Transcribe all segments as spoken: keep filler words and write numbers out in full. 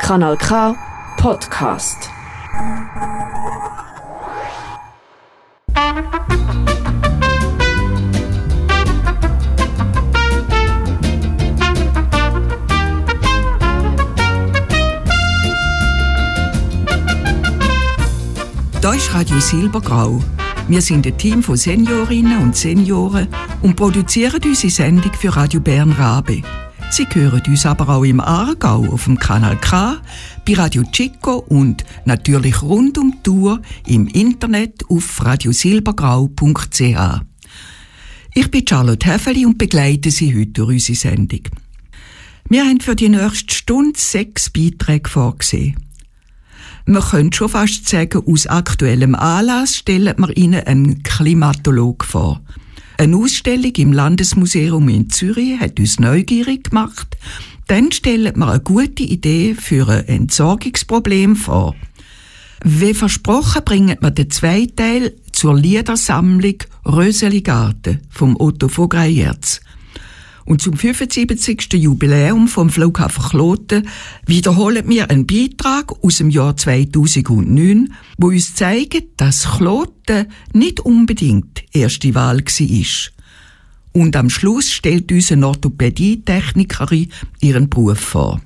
Kanal K Podcast. Da ist Radio Silbergrau. Wir sind ein Team von Seniorinnen und Senioren und produzieren unsere Sendung für Radio Bern Rabe. Sie hören uns aber auch im Aargau auf dem Kanal K, bei Radio Chico und natürlich rund um die Uhr im Internet auf radiosilbergrau punkt c h. Ich bin Charlotte Häfeli und begleite Sie heute durch unsere Sendung. Wir haben für die nächste Stunde sechs Beiträge vorgesehen. Man könnte schon fast sagen, aus aktuellem Anlass stellen wir Ihnen einen Klimatolog vor. Eine Ausstellung im Landesmuseum in Zürich hat uns neugierig gemacht. Dann stellen wir eine gute Idee für ein Entsorgungsproblem vor. Wie versprochen bringen wir den zweiten Teil zur Liedersammlung Röseligarten vom Otto von Greyerz. Und zum fünfundsiebzigsten Jubiläum vom Flughafen Kloten wiederholen wir einen Beitrag aus dem Jahr zweitausendneun, wo uns zeigt, dass Kloten nicht unbedingt erste Wahl war. Und am Schluss stellt uns eine Orthopädietechnikerin ihren Beruf vor.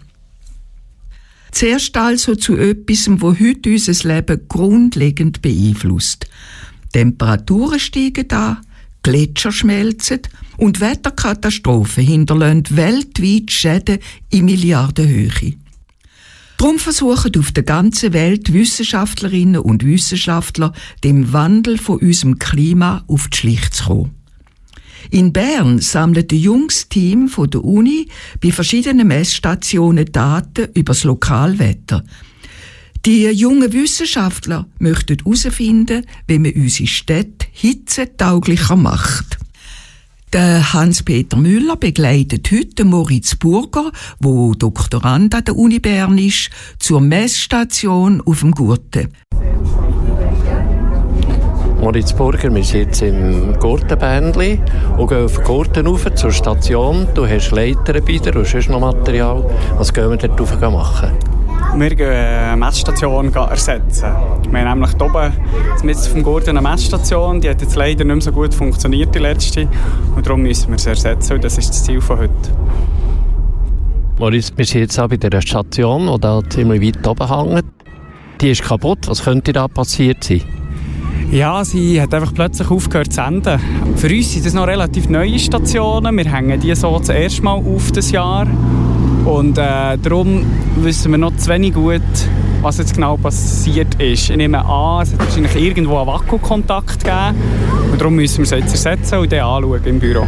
Zuerst also zu etwas, wo heute unser Leben grundlegend beeinflusst. Temperaturen steigen an, Gletscher schmelzen und Wetterkatastrophen hinterlassen weltweit Schäden in Milliardenhöhe. Darum versuchen auf der ganzen Welt Wissenschaftlerinnen und Wissenschaftler, dem Wandel von unserem Klima auf die Schliche zu kommen. In Bern sammelt ein junges Team von der Uni bei verschiedenen Messstationen Daten über das Lokalwetter. Die jungen Wissenschaftler möchten herausfinden, wie man unsere Städte hitzetauglicher macht. Der Hans-Peter Müller begleitet heute Moritz Burger, wo Doktorand an der Uni Bern ist, zur Messstation auf dem Gurten. Moritz Burger, wir sind jetzt im Gurtenbändli und gehen auf den Gurten rauf zur Station. Du hast Leitern bei dir und sonst noch Material. Was gehen wir dort rauf machen? Wir gehen eine Messstation ersetzen. Wir haben nämlich hier oben mit vom Gurten eine Messstation, die hat jetzt leider nicht mehr so gut funktioniert, die letzte. Und darum müssen wir sie ersetzen und das ist das Ziel von heute. Moritz, wir sind jetzt auch bei dieser Station, die da ziemlich weit oben hängt. Die ist kaputt. Was könnte da passiert sein? Ja, sie hat einfach plötzlich aufgehört zu senden. Für uns sind das noch relativ neue Stationen. Wir hängen die so zum ersten Mal auf das Jahr. Und äh, darum wissen wir noch zu wenig gut, was jetzt genau passiert ist. Ich nehme an, es hat wahrscheinlich irgendwo einen Vakuumkontakt gegeben. Und darum müssen wir es jetzt ersetzen und dann anschauen im Büro.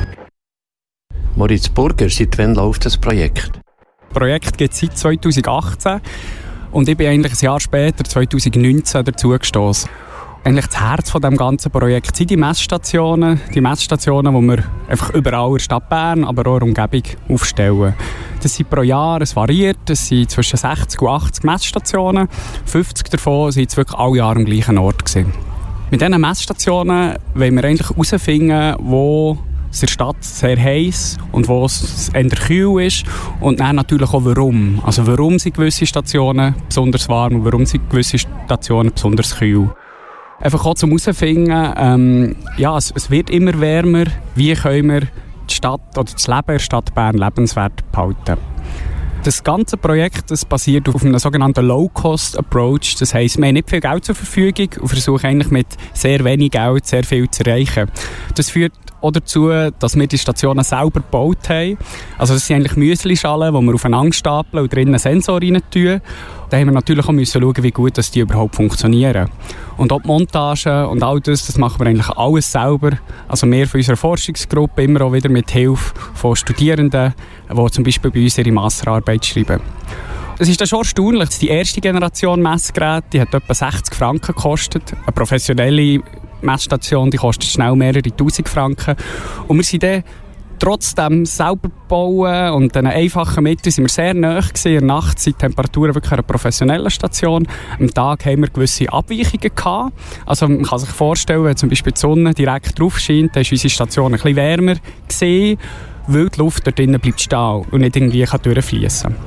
Moritz Burger, seit wann läuft das Projekt? Das Projekt gibt es seit zweitausendachtzehn. Und ich bin eigentlich ein Jahr später, zweitausendneunzehn, dazugestoßen. Eigentlich das Herz von dem ganzen Projekt sind die Messstationen. Die Messstationen, die wir einfach überall in der Stadt Bern, aber auch in der Umgebung aufstellen. Das sind pro Jahr, es variiert, es sind zwischen sechzig und achtzig Messstationen. fünfzig davon sind wirklich alle Jahre am gleichen Ort gewesen. Mit diesen Messstationen wollen wir eigentlich herausfinden, wo es in der Stadt sehr heiß und wo es eher kühl ist und dann natürlich auch warum. Also warum sind gewisse Stationen besonders warm und warum sind gewisse Stationen besonders kühl. Einfach auch zum herausfinden, ähm, ja, es, es wird immer wärmer. Wie können wir die Stadt oder das Leben in der Stadt Bern lebenswert behalten? Das ganze Projekt das basiert auf einem sogenannten Low-Cost-Approach. Das heisst, wir haben nicht viel Geld zur Verfügung und versuchen eigentlich mit sehr wenig Geld sehr viel zu erreichen. Das führt auch dazu, dass wir die Stationen selber gebaut haben. Also das sind eigentlich Müslischalen, die wir aufeinander stapeln und drinnen Sensoren rein tun. Da haben wir natürlich auch müssen schauen, wie gut dass die überhaupt funktionieren. Und auch die Montage und all das, das machen wir eigentlich alles selber. Also wir von unserer Forschungsgruppe immer auch wieder mit Hilfe von Studierenden, die zum Beispiel bei uns ihre Masterarbeit schreiben. Es ist dann schon erstaunlich, dass die erste Generation Messgeräte, die hat etwa sechzig Franken gekostet. Eine professionelle Messstation, die kostet schnell mehrere tausend Franken. Und wir sind dann trotzdem selber bauen und den einfachen Mitteln sind wir sehr nahe gewesen. In der Nacht sind die Temperaturen wirklich eine professionelle Station. Am Tag haben wir gewisse Abweichungen gehabt. Also man kann sich vorstellen, wenn zum Beispiel die Sonne direkt drauf scheint, dann ist unsere Station ein bisschen wärmer gewesen, weil die Luft dort drinnen bleibt stehen und nicht irgendwie durchfließen kann.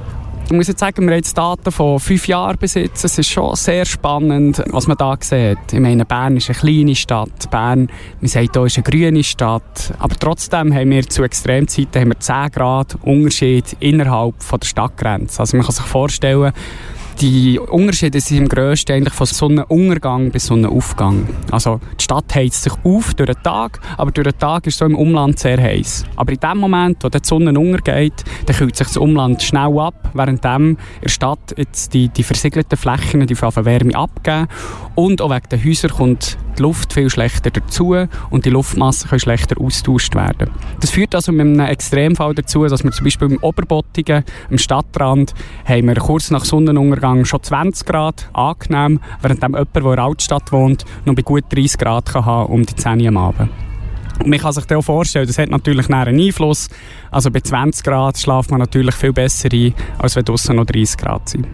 Ich muss jetzt sagen, wir haben jetzt Daten von fünf Jahren besitzen. Es ist schon sehr spannend, was man da sieht. Ich meine, Bern ist eine kleine Stadt. Bern, man sagt, hier ist eine grüne Stadt. Aber trotzdem haben wir zu Extremzeiten haben wir zehn Grad Unterschied innerhalb von der Stadtgrenze. Also man kann sich vorstellen, die Unterschiede sind im grössten eigentlich von Sonnenuntergang bis Sonnenaufgang. Also die Stadt heizt sich auf durch den Tag, aber durch den Tag ist es so im Umland sehr heiß. Aber in dem Moment, wo die Sonne untergeht, dann kühlt sich das Umland schnell ab, während in der Stadt jetzt die, die versiegelten Flächen die von Wärme abgeben. Und auch wegen den Häusern kommt die Luft viel schlechter dazu und die Luftmassen können schlechter austauscht werden. Das führt also mit einem Extremfall dazu, dass wir zum Beispiel im Oberbottigen, am Stadtrand, haben wir kurz nach Sonnenuntergang schon zwanzig Grad, angenehm, während jemand, der in der Altstadt wohnt, noch bei gut dreißig Grad kann haben um die zehn Uhr am Abend. Und man kann sich auch vorstellen, das hat natürlich einen Einfluss. Also bei zwanzig Grad schläft man natürlich viel besser ein, als wenn draussen noch dreißig Grad sind.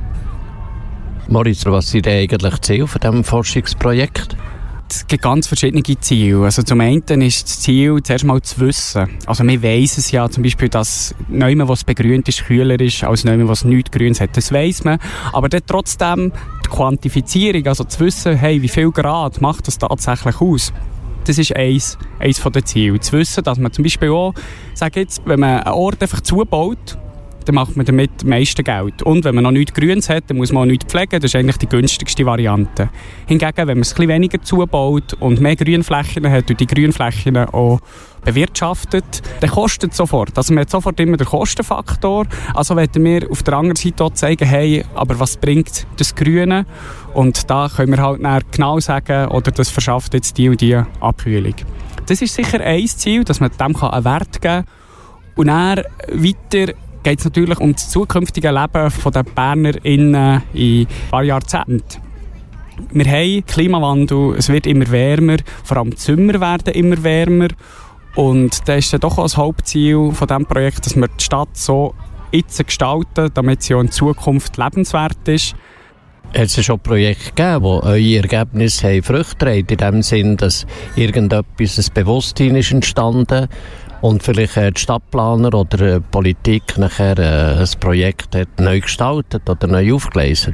Moritz, was sind eigentlich die Ziele von diesem Forschungsprojekt? Es gibt ganz verschiedene Ziele. Also zum einen ist das Ziel, zuerst mal zu wissen. Also wir weiss es ja zum Beispiel, dass niemand, was begrünt ist, kühler ist, als niemand, was nichts Grünes hat. Das weiss man. Aber dann trotzdem die Quantifizierung, also zu wissen, hey, wie viel Grad macht das tatsächlich aus? Das ist eins, eins der Ziele. Zu wissen, dass man zum Beispiel auch, sag jetzt, wenn man einen Ort einfach zubaut, dann macht man damit am meisten Geld. Und wenn man noch nichts Grünes hat, dann muss man auch nichts pflegen. Das ist eigentlich die günstigste Variante. Hingegen, wenn man es ein bisschen weniger zubaut und mehr Grünflächen hat und die Grünflächen auch bewirtschaftet, dann kostet es sofort. Also man hat sofort immer den Kostenfaktor. Also wollen wir auf der anderen Seite auch zeigen, hey, aber was bringt das Grüne? Und da können wir halt dann genau sagen, oder das verschafft jetzt die und die Abkühlung. Das ist sicher ein Ziel, dass man dem einen Wert geben kann. Und dann weiter geht es natürlich um das zukünftige Leben der BernerInnen in ein paar Jahrzehnten. Wir haben Klimawandel, es wird immer wärmer, vor allem die Sommer werden immer wärmer. Und das ist dann doch auch das Hauptziel von diesem Projekt, dass wir die Stadt so jetzt gestalten, damit sie auch in Zukunft lebenswert ist. Hat es schon Projekte gegeben, wo eure Ergebnisse haben Früchte tragen, in dem Sinn, dass irgendetwas, ein Bewusstsein ist entstanden und vielleicht äh, die Stadtplaner oder äh, die Politik nachher äh, ein Projekt hat neu gestaltet oder neu aufgelesen?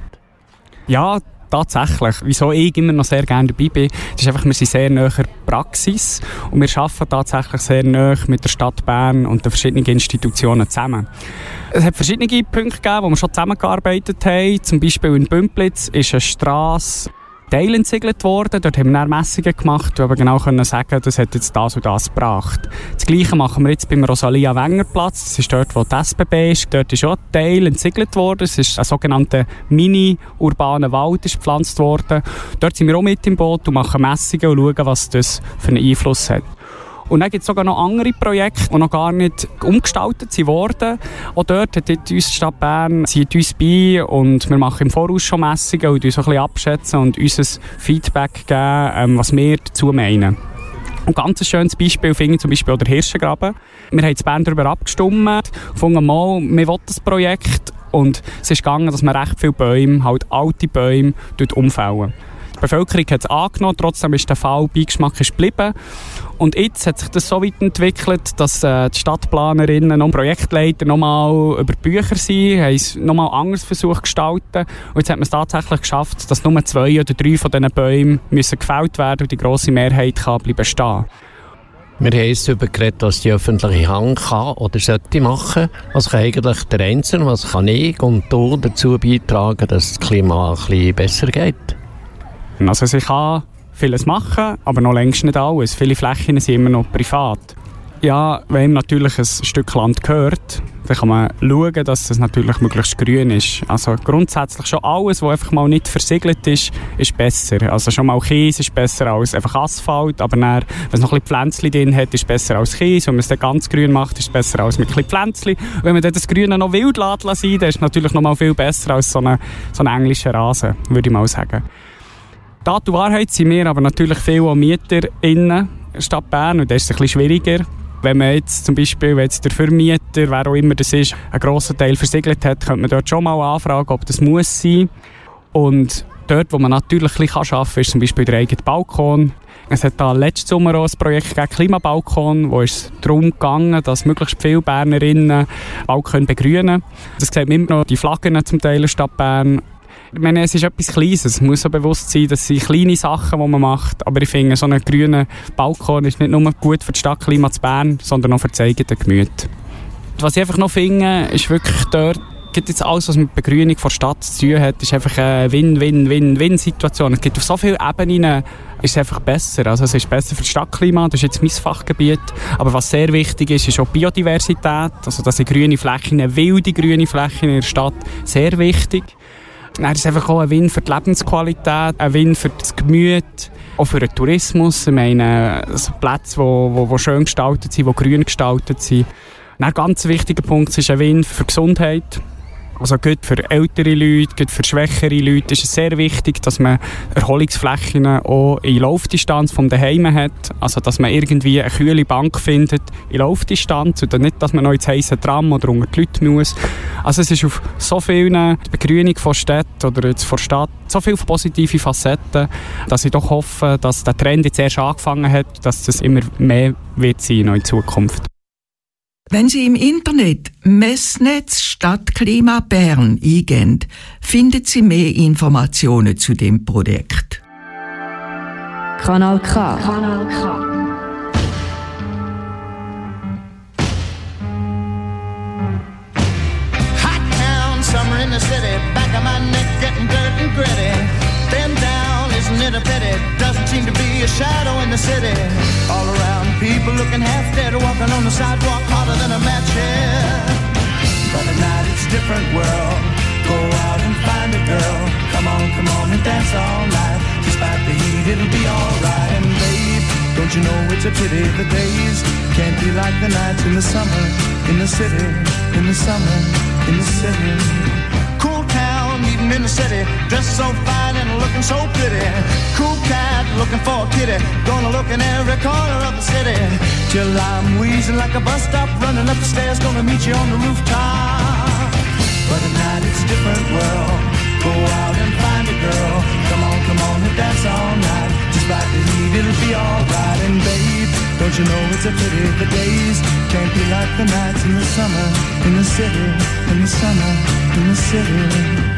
Ja, tatsächlich. Wieso ich immer noch sehr gerne dabei bin, das ist einfach, wir sind sehr nahe der Praxis und wir arbeiten tatsächlich sehr nahe mit der Stadt Bern und den verschiedenen Institutionen zusammen. Es hat verschiedene Punkte gegeben, wo wir schon zusammengearbeitet haben. Zum Beispiel in Bümplitz ist eine Strasse teilentsiegelt worden. Dort haben wir dann Messungen gemacht, wo wir genau können sagen, das hat jetzt das und das gebracht. Das Gleiche machen wir jetzt beim Rosalia-Wenger-Platz. Das ist dort, wo die S B B ist. Dort ist auch ein Teil entsiegelt worden. Es ist ein sogenannter mini-urbaner Wald ist gepflanzt worden. Dort sind wir auch mit im Boot und machen Messungen und schauen, was das für einen Einfluss hat. Und dann gibt es sogar noch andere Projekte, die noch gar nicht umgestaltet wurden. Auch dort hat unsere Stadt Bern zieht uns bei und wir machen im Voraus schon Messungen und uns so ein bisschen abschätzen und uns ein Feedback geben, ähm, was wir dazu meinen. Und ganz ein schönes Beispiel finde ich zum Beispiel auch der Hirschengraben. Wir haben in Bern darüber abgestimmt, gefunden mal, wir wollen das Projekt und es ist gegangen, dass man recht viele Bäume, halt alte Bäume, umfällen. Die Bevölkerung hat es angenommen, trotzdem ist der Fall Beigeschmack ist geblieben. Und jetzt hat sich das so weit entwickelt, dass äh, die Stadtplanerinnen und Projektleiter nochmal über Bücher sind, haben es nochmal anders versucht zu gestalten. Und jetzt hat man es tatsächlich geschafft, dass nur zwei oder drei von diesen Bäumen müssen gefällt werden und die grosse Mehrheit kann bleiben stehen. Wir haben jetzt darüber geredet, was die öffentliche Hand kann oder sollte machen. Was kann eigentlich der Einzelne, was kann ich und du dazu beitragen, dass das Klima ein bisschen besser geht? Also sie kann vieles machen, aber noch längst nicht alles. Viele Flächen sind immer noch privat. Ja, wenn ihm natürlich ein Stück Land gehört, dann kann man schauen, dass es natürlich möglichst grün ist. Also grundsätzlich schon alles, was einfach mal nicht versiegelt ist, ist besser. Also schon mal Kies ist besser als einfach Asphalt, aber dann, wenn es noch ein bisschen Pflänzchen drin hat, ist es besser als Kies. Wenn man es dann ganz grün macht, ist es besser als mit ein bisschen Pflänzchen. Und wenn man dann das Grüne noch wild lässt, dann ist es natürlich noch mal viel besser als so ein so eine englischer Rasen, würde ich mal sagen. Die Wahrheit sind wir aber natürlich viele Mieter in der Stadt Bern und das ist ein bisschen schwieriger. Wenn man jetzt zum Beispiel, wenn jetzt der Vermieter, wer auch immer das ist, einen grossen Teil versiegelt hat, könnte man dort schon mal anfragen, ob das muss sein. Und dort, wo man natürlich ein bisschen arbeiten kann, ist zum Beispiel der eigene Balkon. Es hat da letzten Sommer auch ein Projekt gegeben, Klimabalkon, wo es darum gegangen, dass möglichst viele Bernerinnen auch begrünen können. Das sieht man immer noch die Flaggen zum Teil der Stadt Bern. Ich meine, es ist etwas Kleines. Es muss so bewusst sein, dass es kleine Sachen, die man macht. Aber ich finde, so ein grüner Balkon ist nicht nur gut für das Stadtklima zu Bern, sondern auch für das eigene Gemüt. Was ich einfach noch finde, ist wirklich dort, jetzt alles, was mit Begrünung der Stadt zu tun hat, ist einfach eine Win-Win-Win-Win-Situation. Es gibt auf so vielen Ebenen, ist es einfach besser. Also es ist besser für das Stadtklima, das ist jetzt mein Fachgebiet. Aber was sehr wichtig ist, ist auch Biodiversität. Also das sind grüne Flächen, wilde grüne Flächen in der Stadt, sehr wichtig. Dann ist es einfach auch ein Win für die Lebensqualität, ein Win für das Gemüt, auch für den Tourismus. Ich meine, also Plätze, die schön gestaltet sind, die grün gestaltet sind. Ein ganz wichtiger Punkt ist ein Win für die Gesundheit. Also gut für ältere Leute, gut für schwächere Leute ist es sehr wichtig, dass man Erholungsflächen auch in Laufdistanz vom Daheim hat. Also dass man irgendwie eine kühle Bank findet in Laufdistanz und nicht, dass man noch ins heisse Tram oder unter die Leute muss. Also es ist auf so vielen Begrünung von Städten oder jetzt von Stadt so viele positive Facetten, dass ich doch hoffe, dass der Trend jetzt erst angefangen hat, dass das immer mehr wird sein in Zukunft. Wenn Sie im Internet Messnetz Stadtklima Bern eingeben, finden Sie mehr Informationen zu dem Projekt. Kanal K. Kanal K. Hot town, summer in the city, back of my neck getting dirt and gritty. Bend down, isn't it a pity? Doesn't seem to be a shadow in the city. All around, people looking half dead, walking on the sidewalk harder than a match here. But at night it's a different world. Go out and find a girl. Come on, come on and dance all night. Despite the heat, it'll be alright. And babe, don't you know it's a pity the days can't be like the nights in the summer, in the city, in the summer, in the city. Cool town, meeting in the city, dressed so fine and looking so pretty. Cool cat, looking for a kitty, gonna look in every corner of the city. Till I'm wheezing like a bus stop, running up the stairs, gonna meet you on the rooftop. But at night it's a different world. Go out and find a girl. Come on, come on and dance all night. Despite the heat, it'll be alright. And babe, don't you know it's a pity the days can't be like the nights in the summer, in the city, in the summer, in the city.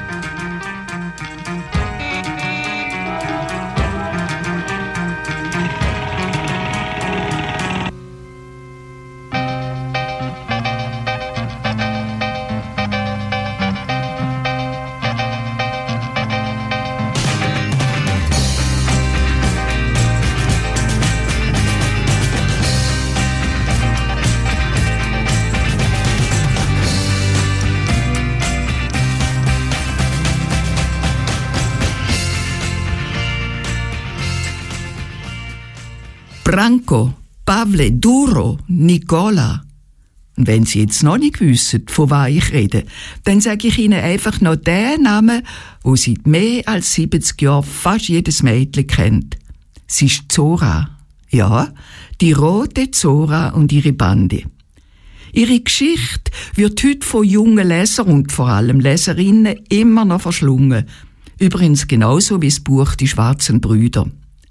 Branko, Pavle, Duro, Nicola. Und wenn Sie jetzt noch nicht wissen, von was ich rede, dann sage ich Ihnen einfach noch den Namen, den seit mehr als siebzig Jahren fast jedes Mädchen kennt. Sie ist Zora. Ja, die rote Zora und ihre Bande. Ihre Geschichte wird heute von jungen Lesern und vor allem Leserinnen immer noch verschlungen. Übrigens genauso wie das Buch «Die schwarzen Brüder».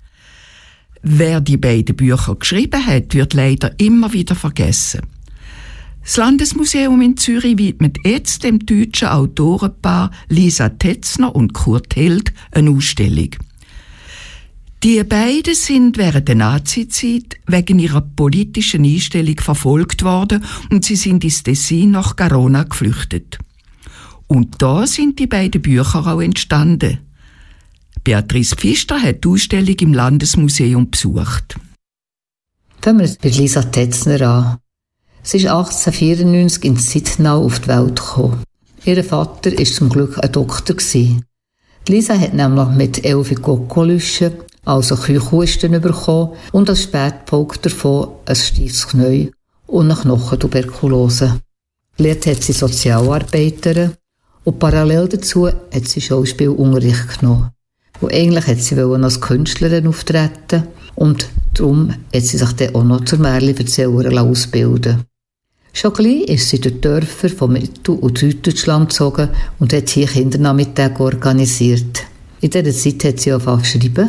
Wer die beiden Bücher geschrieben hat, wird leider immer wieder vergessen. Das Landesmuseum in Zürich widmet jetzt dem deutschen Autorenpaar Lisa Tetzner und Kurt Held eine Ausstellung. Die beiden sind während der Nazizeit wegen ihrer politischen Einstellung verfolgt worden und sie sind ins Tessin nach Garona geflüchtet. Und da sind die beiden Bücher auch entstanden. Beatrice Pfister hat die Ausstellung im Landesmuseum besucht. Fangen wir bei Lisa Tetzner an. Sie ist achtzehnhundertvierundneunzig in Zittenau auf die Welt gekommen. Ihr Vater war zum Glück ein Doktor. Lisa hat nämlich mit elf Kokkolüschen, also Küchhusten, bekommen und als Spätfolge davon ein steifes Knie und eine Knochentuberkulose. Lehrt hat sie Sozialarbeiterin und parallel dazu hat sie Schauspielunterricht genommen. Und eigentlich wollte sie als Künstlerin auftreten und darum hat sie sich dann auch noch zur Märchen-Erzählerin ausbilden. Schon gleich ist sie durch die Dörfer von Mittel- und Süddeutschland gezogen und hat hier Kindernachmittage organisiert. In dieser Zeit hat sie angefangen zu schreiben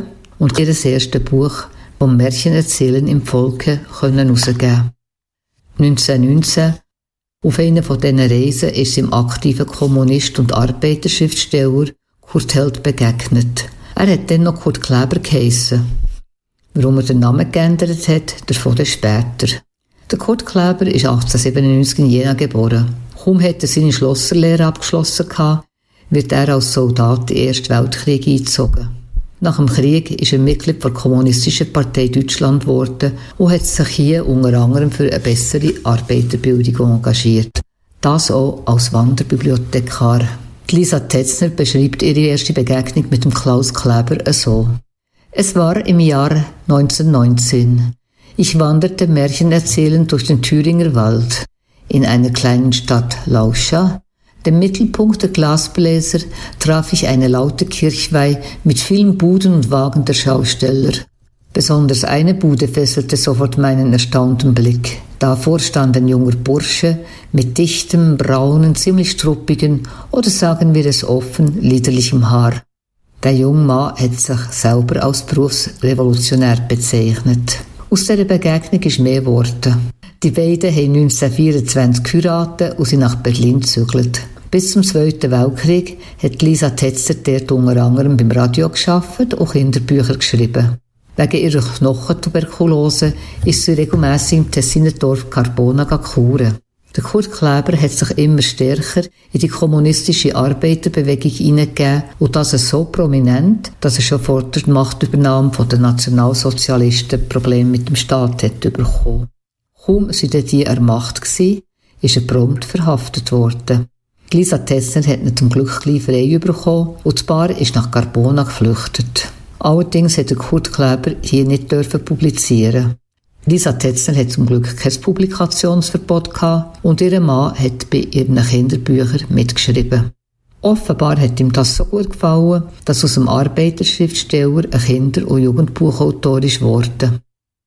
und ihr erstes Buch vom Märchenerzählen im Volke herausgeben. neunzehnhundertneunzehn, auf einer von diesen Reisen, ist ihm aktiver Kommunist und Arbeiterschriftsteller Kurt Held begegnet. Er hat dann noch Kurt Kleber geheissen. Warum er den Namen geändert hat, davon dann später. Der Kurt Kleber ist achtzehnhundertsiebenundneunzig in Jena geboren. Kaum hat er seine Schlosserlehre abgeschlossen gehabt, wird er als Soldat in den Ersten Weltkrieg eingezogen. Nach dem Krieg ist er Mitglied der Kommunistischen Partei Deutschland geworden und hat sich hier unter anderem für eine bessere Arbeiterbildung engagiert. Das auch als Wanderbibliothekar. Lisa Tetzner beschreibt ihre erste Begegnung mit dem Klaus Kleber so. Es war im Jahr neunzehnhundertneunzehn. Ich wanderte märchenerzählend durch den Thüringer Wald. In einer kleinen Stadt Lauscha, dem Mittelpunkt der Glasbläser, traf ich eine laute Kirchweih mit vielen Buden und Wagen der Schausteller. Besonders eine Bude fesselte sofort meinen erstaunten Blick. Davor stand ein junger Bursche mit dichtem, braunen, ziemlich struppigen oder sagen wir es offen, liederlichem Haar. Der junge Mann hat sich selber als berufsrevolutionär bezeichnet. Aus dieser Begegnung ist mehr geworden. Die beiden haben neunzehnhundertvierundzwanzig geheiratet und sind nach Berlin gezügelt. Bis zum Zweiten Weltkrieg hat Lisa Tetzner dort unter anderem beim Radio gearbeitet und Kinderbücher geschrieben. Wegen ihrer Knochentuberkulose ist sie regelmässig im Tessiner Dorf Carbona kuren. Der Kurt Kleber hat sich immer stärker in die kommunistische Arbeiterbewegung hineingegeben und das so prominent, dass er schon vor der Machtübernahme der Nationalsozialisten Probleme mit dem Staat hat bekommen. Kaum waren die an der Macht gewesen, ist er prompt verhaftet worden. Lisa Tetzner hat ihn zum Glück gleich frei bekommen und das Paar ist nach Carbona geflüchtet. Allerdings hat der Kurt Kleber hier nicht dürfen publizieren. Lisa Tetzner hat zum Glück kein Publikationsverbot gehabt und ihr Mann hat bei ihren Kinderbüchern mitgeschrieben. Offenbar hat ihm das so gut gefallen, dass aus dem Arbeiterschriftsteller ein Kinder- und Jugendbuchautor ist geworden.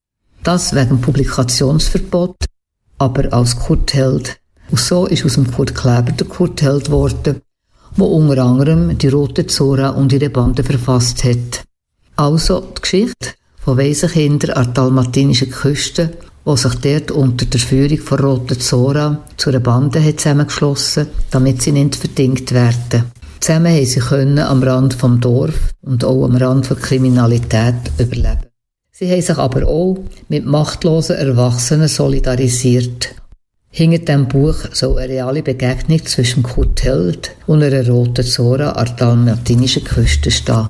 Das wegen dem Publikationsverbot, aber als Kurt Held. Und so ist aus dem Kurt Kleber der Kurt Held geworden, der unter anderem die Rote Zora und ihre Bande verfasst hat. Also die Geschichte von Waisenkindern an der dalmatinischen Küste, die sich dort unter der Führung von Rote Zora zu einer Bande hat zusammengeschlossen, damit sie nicht verdingt werden. Zusammen haben sie können am Rand vom Dorf und auch am Rand der Kriminalität überleben. Sie haben sich aber auch mit machtlosen Erwachsenen solidarisiert. Hinter diesem Buch soll eine reale Begegnung zwischen Kurt Held und einer Roten Zora an der dalmatinischen Küste stehen.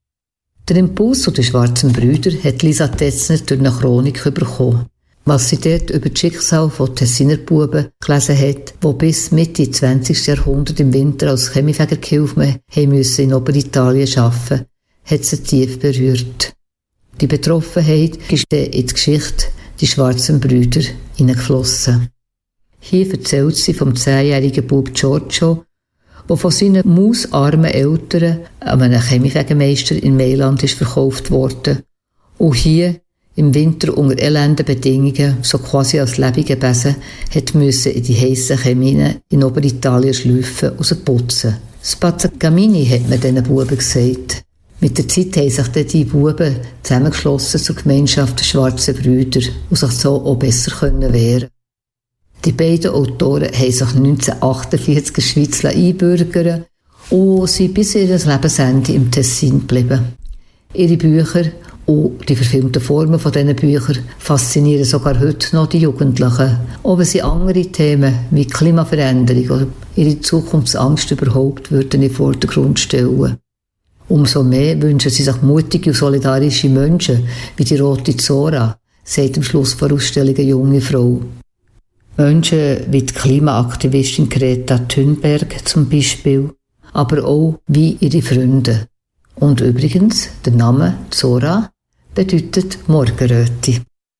Der Impuls zu den schwarzen Brüdern hat Lisa Tetzner durch eine Chronik bekommen. Was sie dort über das Schicksal von Tessiner Buben gelesen hat, die bis Mitte zwanzigsten Jahrhundert im Winter als Chemiefägergehilfen in Oberitalien arbeiten, hat sie tief berührt. Die Betroffenheit ist in die Geschichte «Die schwarzen Brüder» hineingeflossen. Hier erzählt sie vom zehnjährigen Bub Giorgio, der von seinen mausarmen Eltern an einen Chemiefägermeister in Mailand ist verkauft worden und hier im Winter unter elenden Bedingungen, so quasi als lebende Besen, hat müssen in die heissen Chemien in Oberitalien schleifen und sie putzen. Spazzacamini hat man diesen Buben gesagt. Mit der Zeit haben sich dann die Buben zusammengeschlossen zur Gemeinschaft der schwarzen Brüder und sich so auch besser können wehren. Die beiden Autoren haben sich neunzehnhundertachtundvierzig in der Schweiz einbürgern und sind bis ihr Lebensende im Tessin geblieben. Ihre Bücher und die verfilmten Formen von diesen Büchern faszinieren sogar heute noch die Jugendlichen, auch wenn sie andere Themen wie Klimaveränderung oder ihre Zukunftsangst überhaupt würden in den Vordergrund stellen. Umso mehr wünschen sie sich mutige und solidarische Menschen wie die Rote Zora, sagt am Schluss der Ausstellung eine junge Frau. Menschen wie die Klimaaktivistin Greta Thunberg zum Beispiel, aber auch wie ihre Freunde. Und übrigens, der Name Zora bedeutet Morgenröte.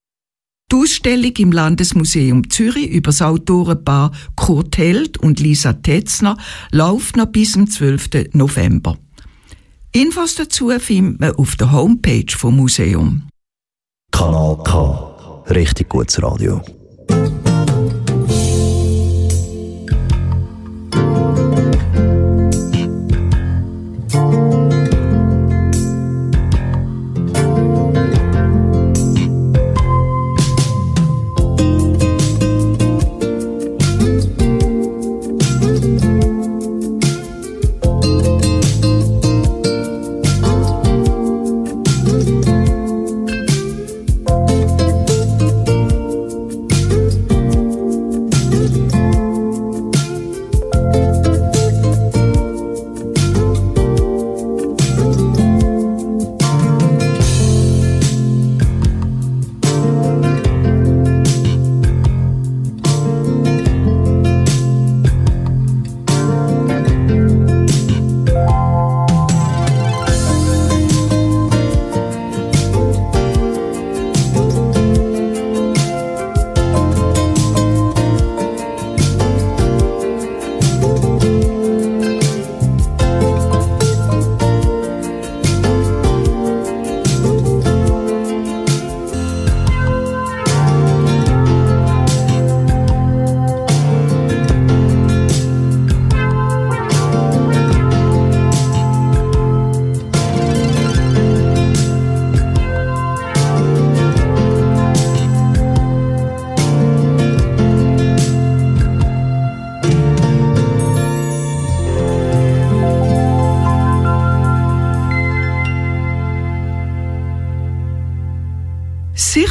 Die Ausstellung im Landesmuseum Zürich über das Autorenpaar Kurt Held und Lisa Tetzner läuft noch bis zum zwölften November. Infos dazu findet man auf der Homepage vom Museum. Kanal K. Richtig gutes Radio.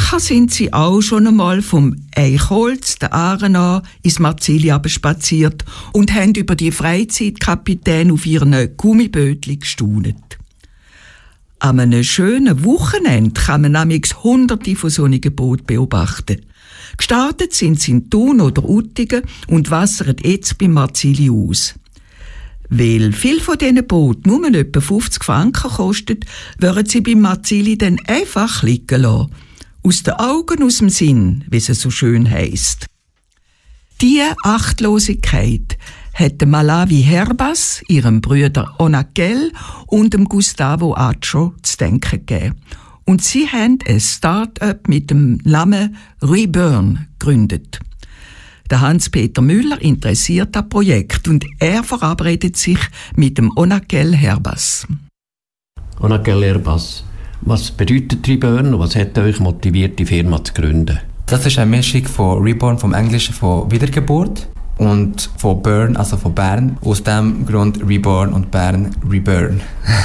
Sicher sind Sie auch schon einmal vom Eichholz, der Aare an, ins Marzili spaziert und haben über die Freizeitkapitän auf ihren Gummibötli gestaunet. An einem schönen Wochenende kann man nämlich hunderte von solchen Booten beobachten. Gestartet sind sie in Thun oder Uttigen und wassern jetzt beim Marzili aus. Weil viele von diesen Booten nur etwa fünfzig Franken kosten, würden sie beim Marzili dann einfach liegen lassen. Aus den Augen, aus dem Sinn, wie es so schön heisst. Diese Achtlosigkeit hat dem Malawi Herbas, ihrem Bruder Onakel und dem Gustavo Acho zu denken gegeben. Und sie haben ein Start-up mit dem Namen Reburn gegründet. Der Hans-Peter Müller interessiert das Projekt und er verabredet sich mit dem Onakel Herbas. Onakel Herbas, was bedeutet Reburn und was hat euch motiviert, die Firma zu gründen? Das ist eine Mischung von Reborn, vom Englischen von Wiedergeburt, und von Burn, also von Bern. Aus dem Grund Reborn und Bern Reburn.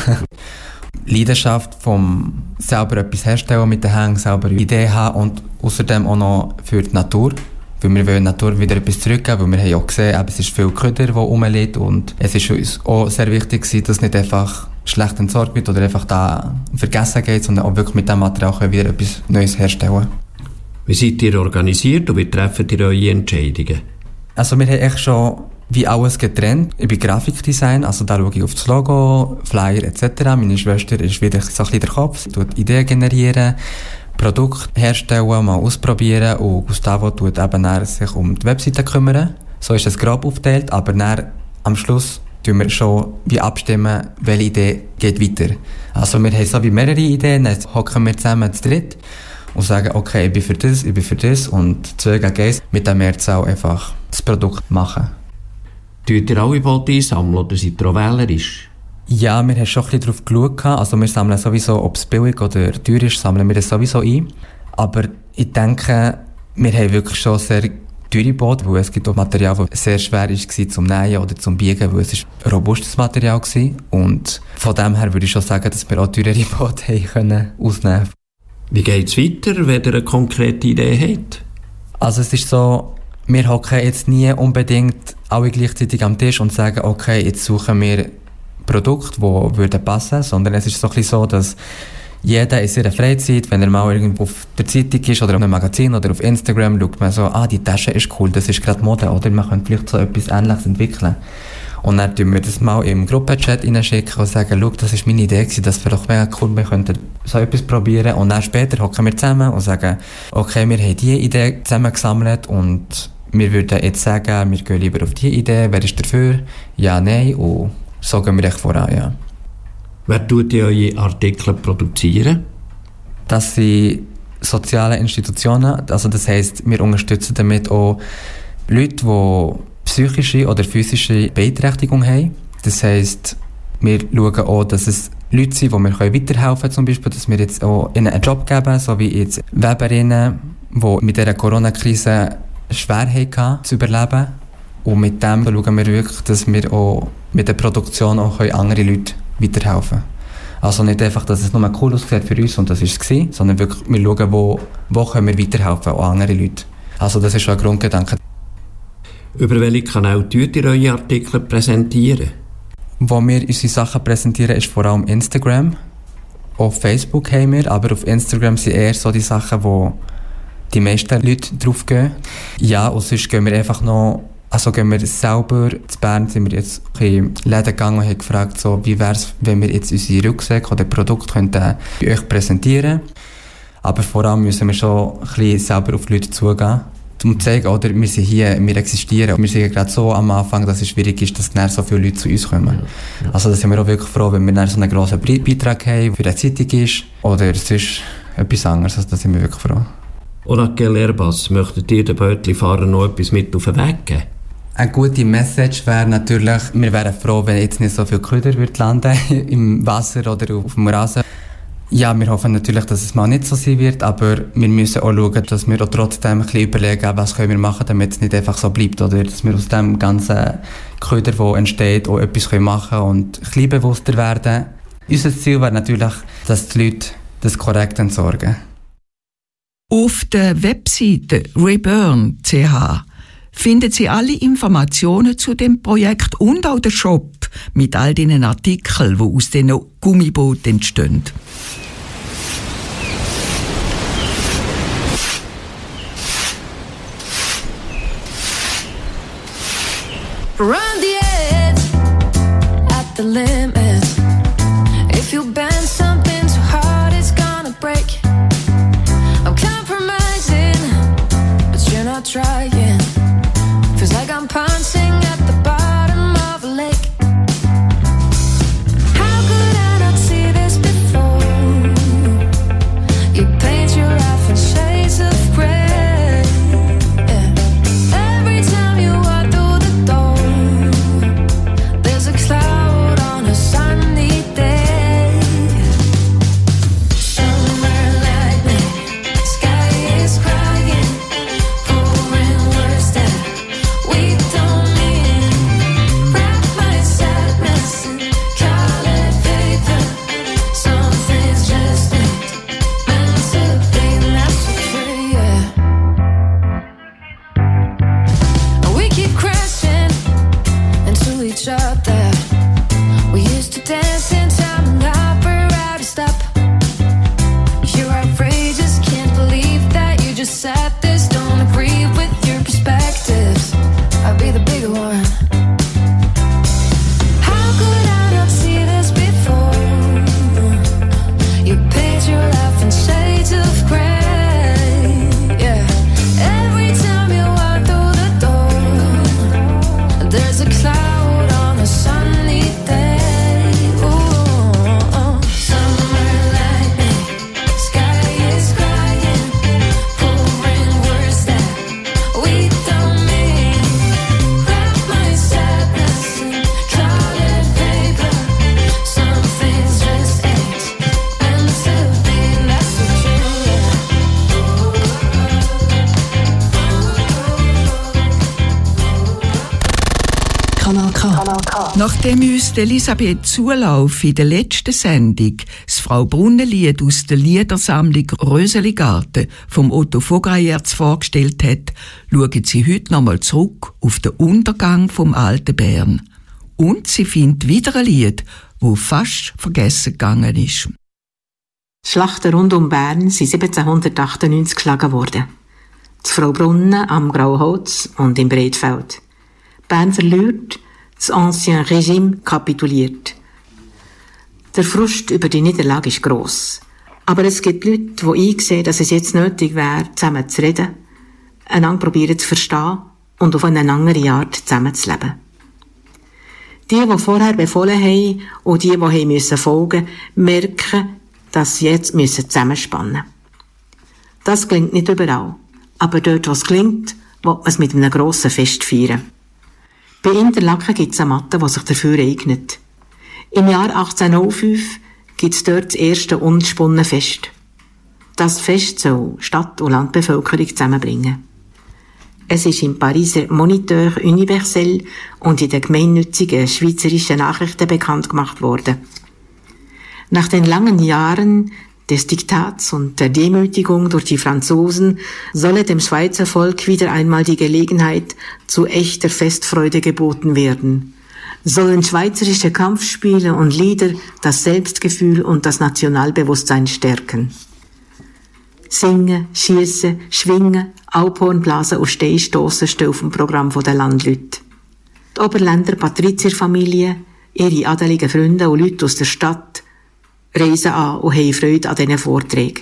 Leidenschaft vom selber etwas herstellen mit den Händen, selber Ideen haben und außerdem auch noch für die Natur. Weil wir wollen der Natur wieder etwas zurückgeben, weil wir haben ja gesehen, es ist viel Köder, das rumliegt und es ist uns auch sehr wichtig, dass nicht einfach schlecht entsorgt wird oder einfach da vergessen geht, sondern auch wirklich mit diesem Material können wir etwas Neues herstellen. Wie seid ihr organisiert und wie trefft ihr eure Entscheidungen? Also wir haben echt schon wie alles getrennt. Ich bin Grafikdesign, also da schaue ich auf das Logo, Flyer et cetera. Meine Schwester ist wieder so ein bisschen der Kopf, sie tut Ideen generieren, Produkte herstellen, mal ausprobieren und Gustavo tut eben dann sich um die Webseite kümmern. So ist es grob aufgeteilt, aber dann am Schluss tun wir schon wie abstimmen, welche Idee geht weiter. Also wir haben so wie mehrere Ideen, dann hocken wir zusammen zu dritt und sagen, okay, ich bin für das, ich bin für das und zwei gegen eins, mit der Mehrzahl einfach das Produkt machen. Tut ihr alle Boote einsammeln oder seid ihr auch wählerisch? Ja, wir haben schon ein bisschen darauf geschaut. Also wir sammeln sowieso, ob es billig oder teuer ist, sammeln wir das sowieso ein. Aber ich denke, wir haben wirklich schon sehr teure Boote, weil es gibt auch Material, das sehr schwer war zum Nähen oder zum Biegen, weil es ist ein robustes Material war. Und von dem her würde ich schon sagen, dass wir auch teurere Boote haben können ausnehmen. Wie geht es weiter, wenn ihr eine konkrete Idee habt? Also es ist so, wir hocken jetzt nie unbedingt alle gleichzeitig am Tisch und sagen, okay, jetzt suchen wir Produkte, die würden passen, sondern es ist so ein bisschen so, dass jeder in seiner Freizeit, wenn er mal irgendwo auf der Zeitung ist oder auf einem Magazin oder auf Instagram, schaut man so, ah, die Tasche ist cool, das ist gerade Mode, oder man könnte vielleicht so etwas Ähnliches entwickeln. Und dann tun wir das mal im Gruppenchat reinschicken und sagen, schau, das war meine Idee, das wäre doch mega cool, wir könnten so etwas probieren. Und dann später hocken wir zusammen und sagen, okay, wir haben diese Idee zusammengesammelt und wir würden jetzt sagen, wir gehen lieber auf diese Idee, wer ist dafür? Ja, nein, und so gehen wir echt voran, ja. Wer tut ihr eure Artikel produzieren? Das sind soziale Institutionen, also das heisst, wir unterstützen damit auch Leute, die psychische oder physische Beeinträchtigung haben. Das heisst, wir schauen auch, dass es Leute sind, die wir weiterhelfen können, zum Beispiel, dass wir jetzt auch ihnen einen Job geben, so wie jetzt Weberinnen, die mit dieser Corona-Krise schwer hatten, zu überleben. Und mit dem schauen wir wirklich, dass wir auch mit der Produktion auch andere Leute weiterhelfen können. Also nicht einfach, dass es nur cool aussieht für uns und das war es, sondern wirklich, wir schauen, wo, wo können wir weiterhelfen, auch andere Leute. Also das ist schon ein Grundgedanke. Über welche Kanäle tut ihr eure Artikel präsentieren? Wo wir unsere Sachen präsentieren, ist vor allem Instagram. Auf Facebook haben wir, aber auf Instagram sind eher so die Sachen, wo die meisten Leute drauf gehen. Ja, und sonst gehen wir einfach noch, also gehen wir selber, zu Bern sind wir jetzt in Läden gegangen und haben gefragt, so, wie wäre es, wenn wir jetzt unsere Rucksäcke oder Produkte könnten bei euch präsentieren. Aber vor allem müssen wir schon ein bisschen selber auf die Leute zugehen. Um zu zeigen, oder, wir sind hier, wir existieren. Wir sind gerade so am Anfang, dass es schwierig ist, dass dann so viele Leute zu uns kommen. Ja. Also da sind wir auch wirklich froh, wenn wir dann so einen grossen Beitrag haben, für eine Zeitung ist, oder sonst etwas anderes. Also da sind wir wirklich froh. Onakel Herbas, möchtet ihr den Bötli-Fahrern noch etwas mit auf den Weg geben? Eine gute Message wäre natürlich, wir wären froh, wenn jetzt nicht so viel Köder landen im Wasser oder auf dem Rasen. Ja, wir hoffen natürlich, dass es mal nicht so sein wird, aber wir müssen auch schauen, dass wir auch trotzdem ein bisschen überlegen, was können wir machen, damit es nicht einfach so bleibt, oder dass wir aus dem ganzen Köder, der entsteht, auch etwas machen können und ein bisschen bewusster werden. Unser Ziel wäre natürlich, dass die Leute das korrekt entsorgen. Auf der Webseite reburn punkt c h finden Sie alle Informationen zu dem Projekt und auch den Shop mit all den Artikeln, die aus diesen Gummibooten entstehen. Run the edge at the limit. If you bend something too hard, it's gonna break. I'm compromising, but you're not trying. Feels like I'm punching at the bottom of a lake. How could I not see this before? You paint your life in shades of grey. Yeah. Every time you walk through the door, there's a cloud on a sunny day. Summer lightning, sky is crying, pouring words that we don't mean. Wrap my sadness in colored paper. Some things just ain't meant to be, and that's okay, yeah. And we keep crashing into each other. We used to dance in time, and now we're out of step. You're outrageous, can't believe that you just said this. Don't agree with your perspectives. I'll be the bigger one. How could I not see this before? You paint your life in shades of grey. Yeah. Every time you walk through the door, there's a cloud on a sunny day. Ooh, summer lightning, sky is crying, pouring words that we don't mean. Wrap my sadness in colored paper. Some things just ain't meant to be, and that's okay. Kanal K. Nachdem uns Elisabeth Zulauf in der letzten Sendung das Frau Brunnenlied aus der Liedersammlung Röseligarten vom Otto Vograjerz vorgestellt hat, schauen sie heute nochmal zurück auf den Untergang vom alten Bern. Und sie findet wieder ein Lied, das fast vergessen gegangen ist. Die Schlachten rund um Bern sind siebzehnhundertachtundneunzig geschlagen worden. Zu Fraubrunnen, am Grauholz und im Breitfeld. Bern verliert, das Ancien Régime kapituliert. Der Frust über die Niederlage ist gross. Aber es gibt Leute, die einsehen, dass es jetzt nötig wäre, zusammen zu reden, einander probieren zu verstehen und auf eine andere Art zusammenzuleben. Die, die vorher befohlen haben und die, die haben müssen folgen, merken, dass sie jetzt müssen zusammenspannen müssen. Das klingt nicht überall. Aber dort, wo es klingt, will man es mit einem grossen Fest feiern. Bei Interlaken gibt es eine Matte, die sich dafür eignet. Im Jahr achtzehnhundertfünf gibt es dort das erste Unspunnenfest. Das Fest soll Stadt- und Landbevölkerung zusammenbringen. Es ist im Pariser Moniteur Universel und in den gemeinnützigen schweizerischen Nachrichten bekannt gemacht worden. Nach den langen Jahren des Diktats und der Demütigung durch die Franzosen solle dem Schweizer Volk wieder einmal die Gelegenheit zu echter Festfreude geboten werden. Sollen schweizerische Kampfspiele und Lieder das Selbstgefühl und das Nationalbewusstsein stärken. Singen, schiessen, schwingen, Alphornblasen und Steinstossen stehen auf dem Programm der Landleute. Die Oberländer Patrizierfamilie, ihre adeligen Freunde und Leute aus der Stadt reisen an und haben Freude an diesen Vorträgen.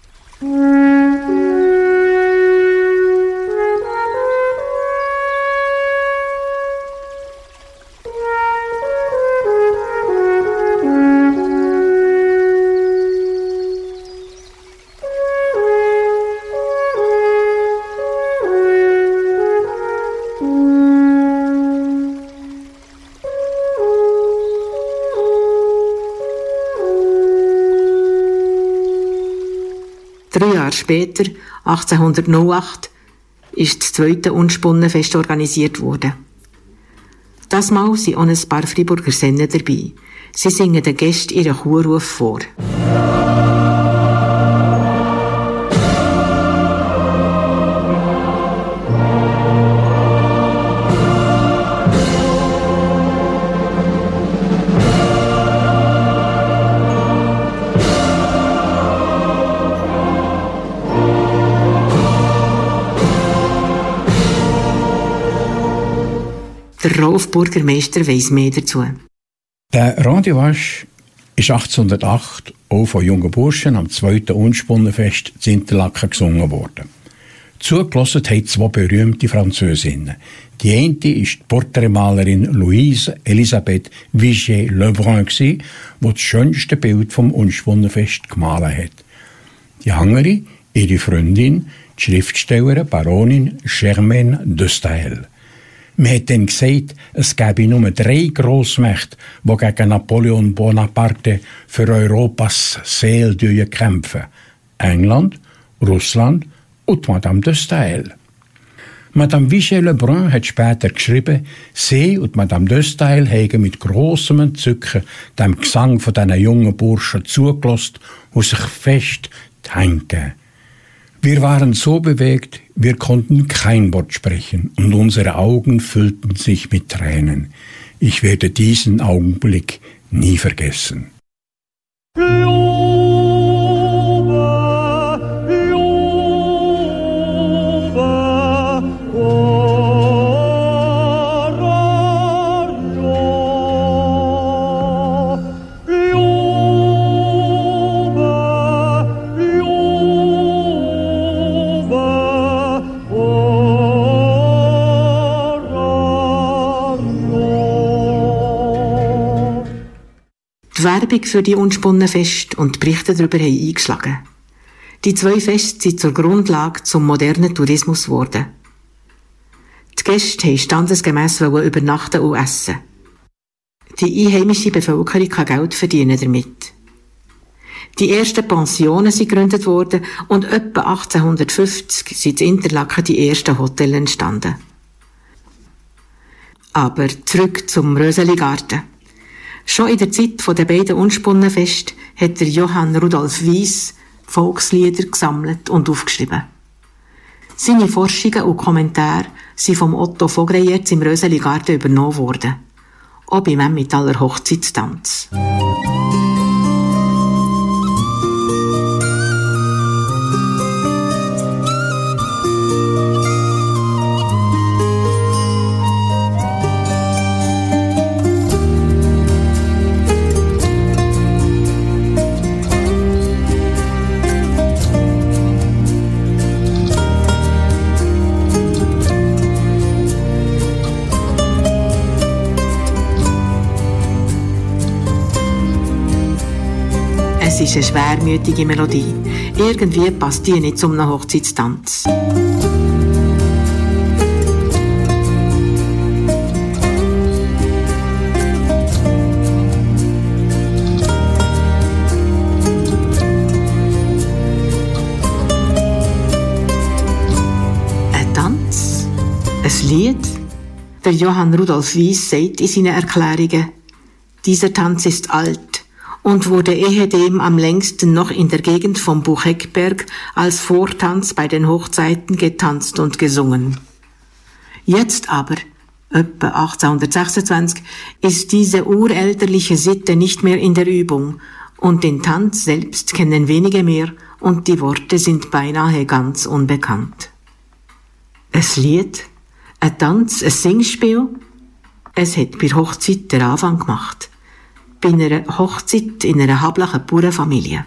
Drei Jahre später, achtzehnhundertacht, ist das zweite Unspunnenfest organisiert worden. Das Mal sind auch ein paar Freiburger Sennen dabei. Sie singen den Gästen ihren Chorruf vor. Der Rolf Burgermeister weiss mehr dazu. Der Randiwasch ist achtzehnhundertacht auch von jungen Burschen am zweiten Unspunnenfest in Interlaken gesungen worden. Zugelassen haben zwei berühmte Französinnen. Die eine war die Porträtmalerin Louise Elisabeth Vigée-Lebrun, die das schönste Bild vom Unspunnenfest gemalt hat. Die andere, ihre Freundin, die Schriftstellerin Baronin Germaine de Staël. Man hat dann gesagt, es gäbe nur drei Grossmächte, die gegen Napoleon Bonaparte für Europas Seele kämpfen. England, Russland und Madame de Staël. Madame Vigée-Lebrun hat später geschrieben, sie und Madame de Staël haben mit grossem Entzücken dem Gesang von diesen jungen Burschen zugelassen und sich fest die Hände gegeben. Wir waren so bewegt, wir konnten kein Wort sprechen und unsere Augen füllten sich mit Tränen. Ich werde diesen Augenblick nie vergessen. Die Werbung für die Unspunnenfest und die Berichte darüber haben eingeschlagen. Die zwei Feste sind zur Grundlage zum modernen Tourismus geworden. Die Gäste wollten standesgemäss übernachten und essen. Die einheimische Bevölkerung kann Geld verdienen damit. Die ersten Pensionen sind gegründet worden und etwa achtzehnhundertfünfzig sind in Interlaken die ersten Hotels entstanden. Aber zurück zum Röseligarten. Schon in der Zeit der beiden Unspunnenfeste hat der Johann Rudolf Wyss Volkslieder gesammelt und aufgeschrieben. Seine Forschungen und Kommentare sind vom Otto Vogreyerz im Röseligarten übernommen worden. Auch beim Emmentaler Hochzeitstanz. Es ist eine schwermütige Melodie. Irgendwie passt die nicht zum Hochzeitstanz. Ein Tanz? Ein Lied? Der Johann Rudolf Wyss sagt in seinen Erklärungen, dieser Tanz ist alt und wurde ehedem am längsten noch in der Gegend vom Bucheckberg als Vortanz bei den Hochzeiten getanzt und gesungen. Jetzt aber, etwa achtzehnhundertsechsundzwanzig, ist diese urelterliche Sitte nicht mehr in der Übung und den Tanz selbst kennen wenige mehr und die Worte sind beinahe ganz unbekannt. Ein Lied, ein Tanz, ein Singspiel, es hat bei Hochzeit den Anfang gemacht. Bei einer Hochzeit in einer hablichen Bauernfamilie.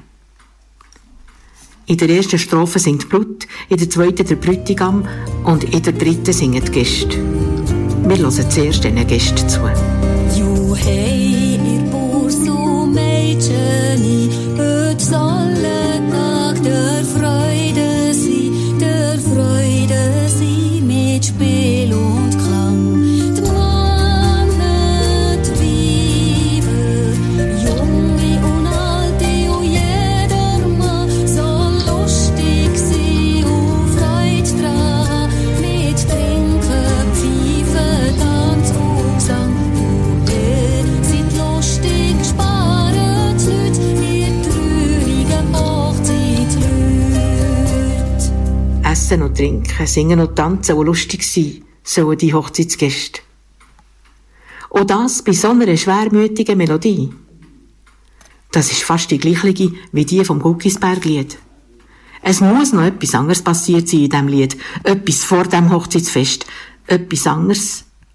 In der ersten Strophe singt Blut, in der zweiten der Bräutigam und in der dritten singen die Gäste. Wir hören zuerst den Gästen zu. Jo hej, ihr Burs und Mädchen, heute soll ein Tag der Freude sein, der Freude sein mit Spiel und Klang. Die Männer, die Weiber, Junge und Alte und jeder Mann soll lustig sein und Freude dran, mit Trinken, Pfeifen, Tanz und Gesang. Und ihr seid lustig, sparen die Leute, ihr traurigen Hochzeitsleute. Essen und trinken, singen und tanzen, die lustig sein, sollen die Hochzeitsgäste. Und das bei so einer schwermütigen Melodie. Das ist fast die gleiche wie die vom Guckisberg-Lied. Es muss noch etwas anderes passiert sein in diesem Lied. Etwas vor dem Hochzeitsfest. Etwas anderes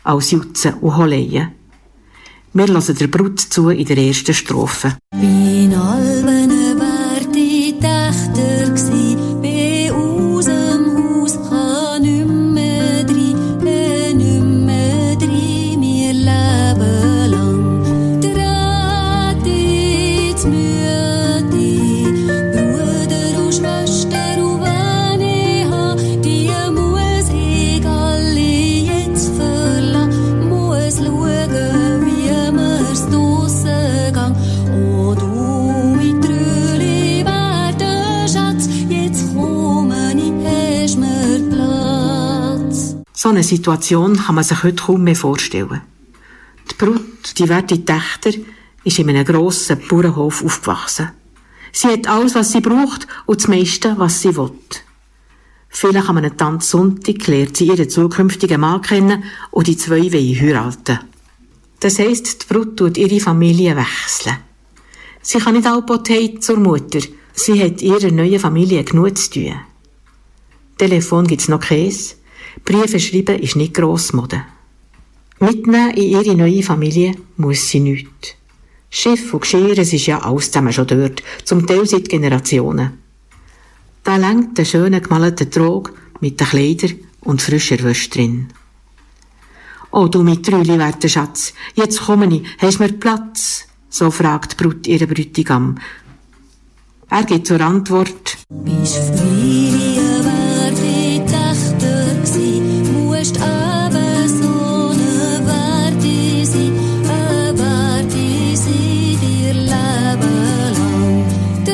als Jutzen und Holeien. Wir hören der Brut zu in der ersten Strophe. Bin alben wär die Tächter gsi, bin aus dem Haus, kann nimmer dri, äh, nimmer dri, mir leben lang. Drati, Zmüti, Bruder und Schwester, und wenn ich ha, die muss ich alle jetzt verlassen, muss schauen, wie mir's draussen gang. Oh, du, ich Trüli, werde Schatz, jetzt komme ich, hast mir Platz. So eine Situation kann man sich heute kaum mehr vorstellen. Die Brut, die werte Tächter, ist in einem grossen Bauernhof aufgewachsen. Sie hat alles, was sie braucht, und das meiste, was sie will. Vielleicht an einem Tanzsonntag lernt sie ihren zukünftigen Mann kennen und die zwei wollen heiraten. Das heisst, die Brut tut ihre Familie wechseln. Sie kann nicht allbot zur Mutter. Sie hat ihrer neuen Familie genug zu tun. Telefon gibt's noch keins. Briefe schreiben ist nicht Grossmode. Mitnehmen in ihre neue Familie muss sie nichts. Schiff und Geschirr, es ist ja alles zusammen schon dort, zum Teil seit Generationen. Da längt der schöne gemalte Trog mit den Kleidern und frischer Wäsche drin. «Oh, du mit Trüli, werter Schatz, jetzt komme ich, hast mir Platz?» So fragt die Brut ihren Bräutigam. Er gibt zur Antwort: Bist frei, wär die Tächter gsi, musst aber so ne Werte sein, a Werte sein, dir Leben lang.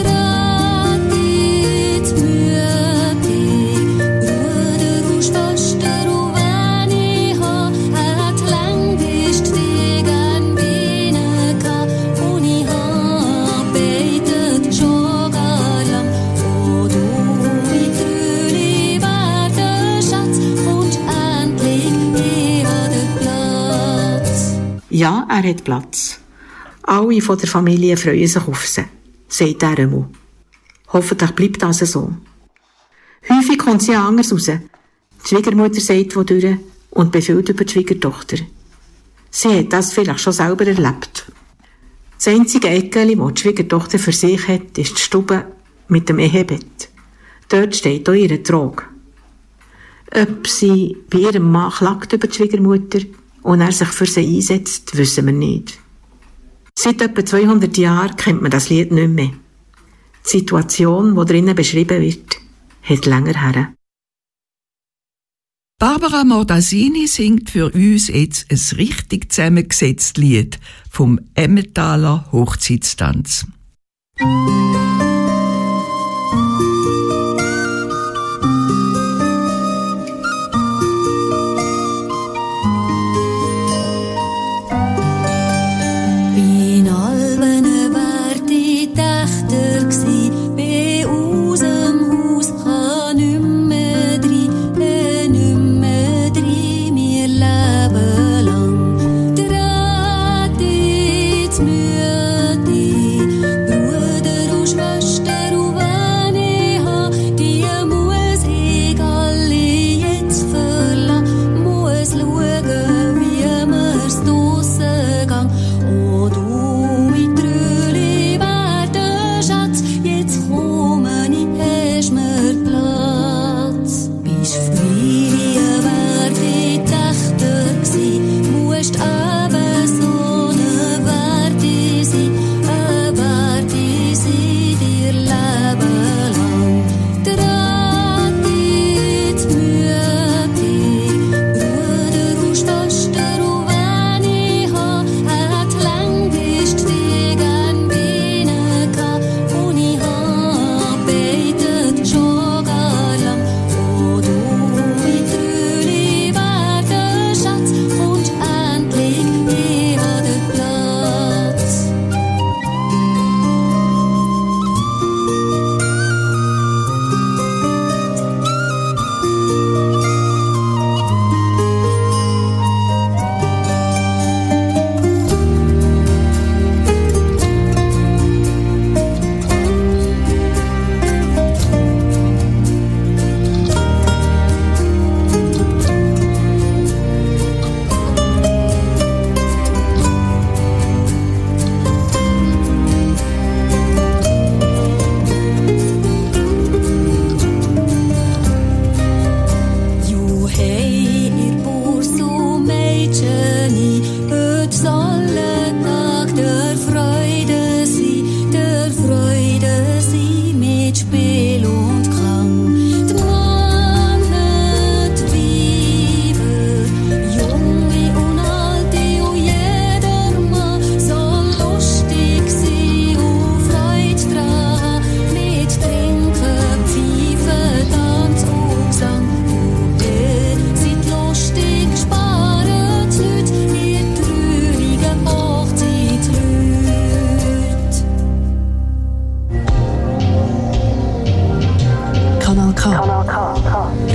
Drati, Zmüti, Bruder und Schwester, und wenn ich ha, hat lang bist die gern Biene ka, und ich ha beitet schon gar lang. Oh, du, wie Trüli, werde Schatz, kommst endlich, ich ha den Platz. Ja, er hat Platz. Alle von der Familie freuen sich auf sie, sagt er einmal. Hoffentlich bleibt das so. Häufig kommt sie anders raus. Die Schwiegermutter sagt wodurch und befiehlt über die Schwiegertochter. Sie hat das vielleicht schon selber erlebt. Das einzige Eckeli, das die Schwiegertochter für sich hat, ist die Stube mit dem Ehebett. Dort steht auch ihr Trog. Ob sie bei ihrem Mann klagt über die Schwiegermutter und er sich für sie einsetzt, wissen wir nicht. Seit etwa zweihundert Jahren kennt man das Lied nicht mehr. Die Situation, die drinnen beschrieben wird, hat länger her. Barbara Mordasini singt für uns jetzt ein richtig zusammengesetztes Lied vom Emmentaler Hochzeitstanz. Bin alben wär die Tächter gsi, bin aus dem Haus, kann nimmer dri, äh, nimmer dri, mir leben lang. Drati, Zmüti, Bruder und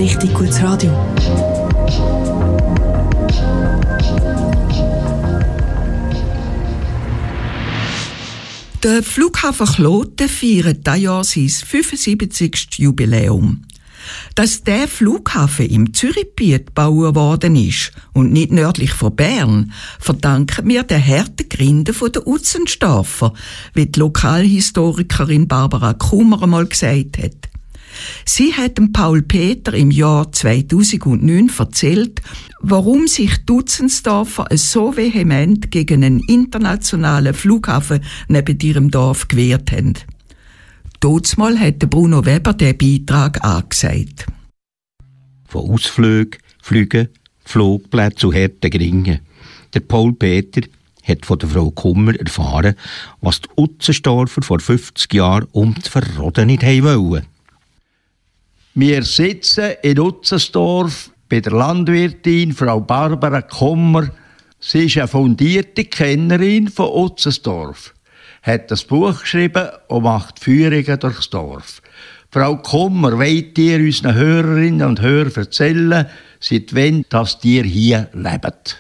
Richtig gutes Radio. Der Flughafen Kloten feiert dieses Jahr sein fünfundsiebzigste Jubiläum. Dass der Flughafen im Zürichgebiet gebaut worden ist und nicht nördlich von Bern, verdanken wir den harten Grinden der Utzenstorfer, wie die Lokalhistorikerin Barbara Kummer einmal gesagt hat. Sie hat dem Paul Peter im Jahr zweitausendneun erzählt, warum sich die Utzenstorfer so vehement gegen einen internationalen Flughafen neben ihrem Dorf gewehrt haben. Dazumal hat Bruno Weber den Beitrag angesagt. Von Ausflügen, Flügen, Flugplätzen zu harten Gringen. Der Paul Peter hat von der Frau Kummer erfahren, was die Utzenstorfer vor fünfzig Jahren um das Verroden nicht wollten. Wir sitzen in Utzenstorf bei der Landwirtin Frau Barbara Kummer. Sie ist eine fundierte Kennerin von Utzenstorf, hat das Buch geschrieben und macht Führungen durchs Dorf. Frau Kummer, wollt ihr unseren Hörerinnen und Hörern erzählen, seit wann dass ihr hier lebt?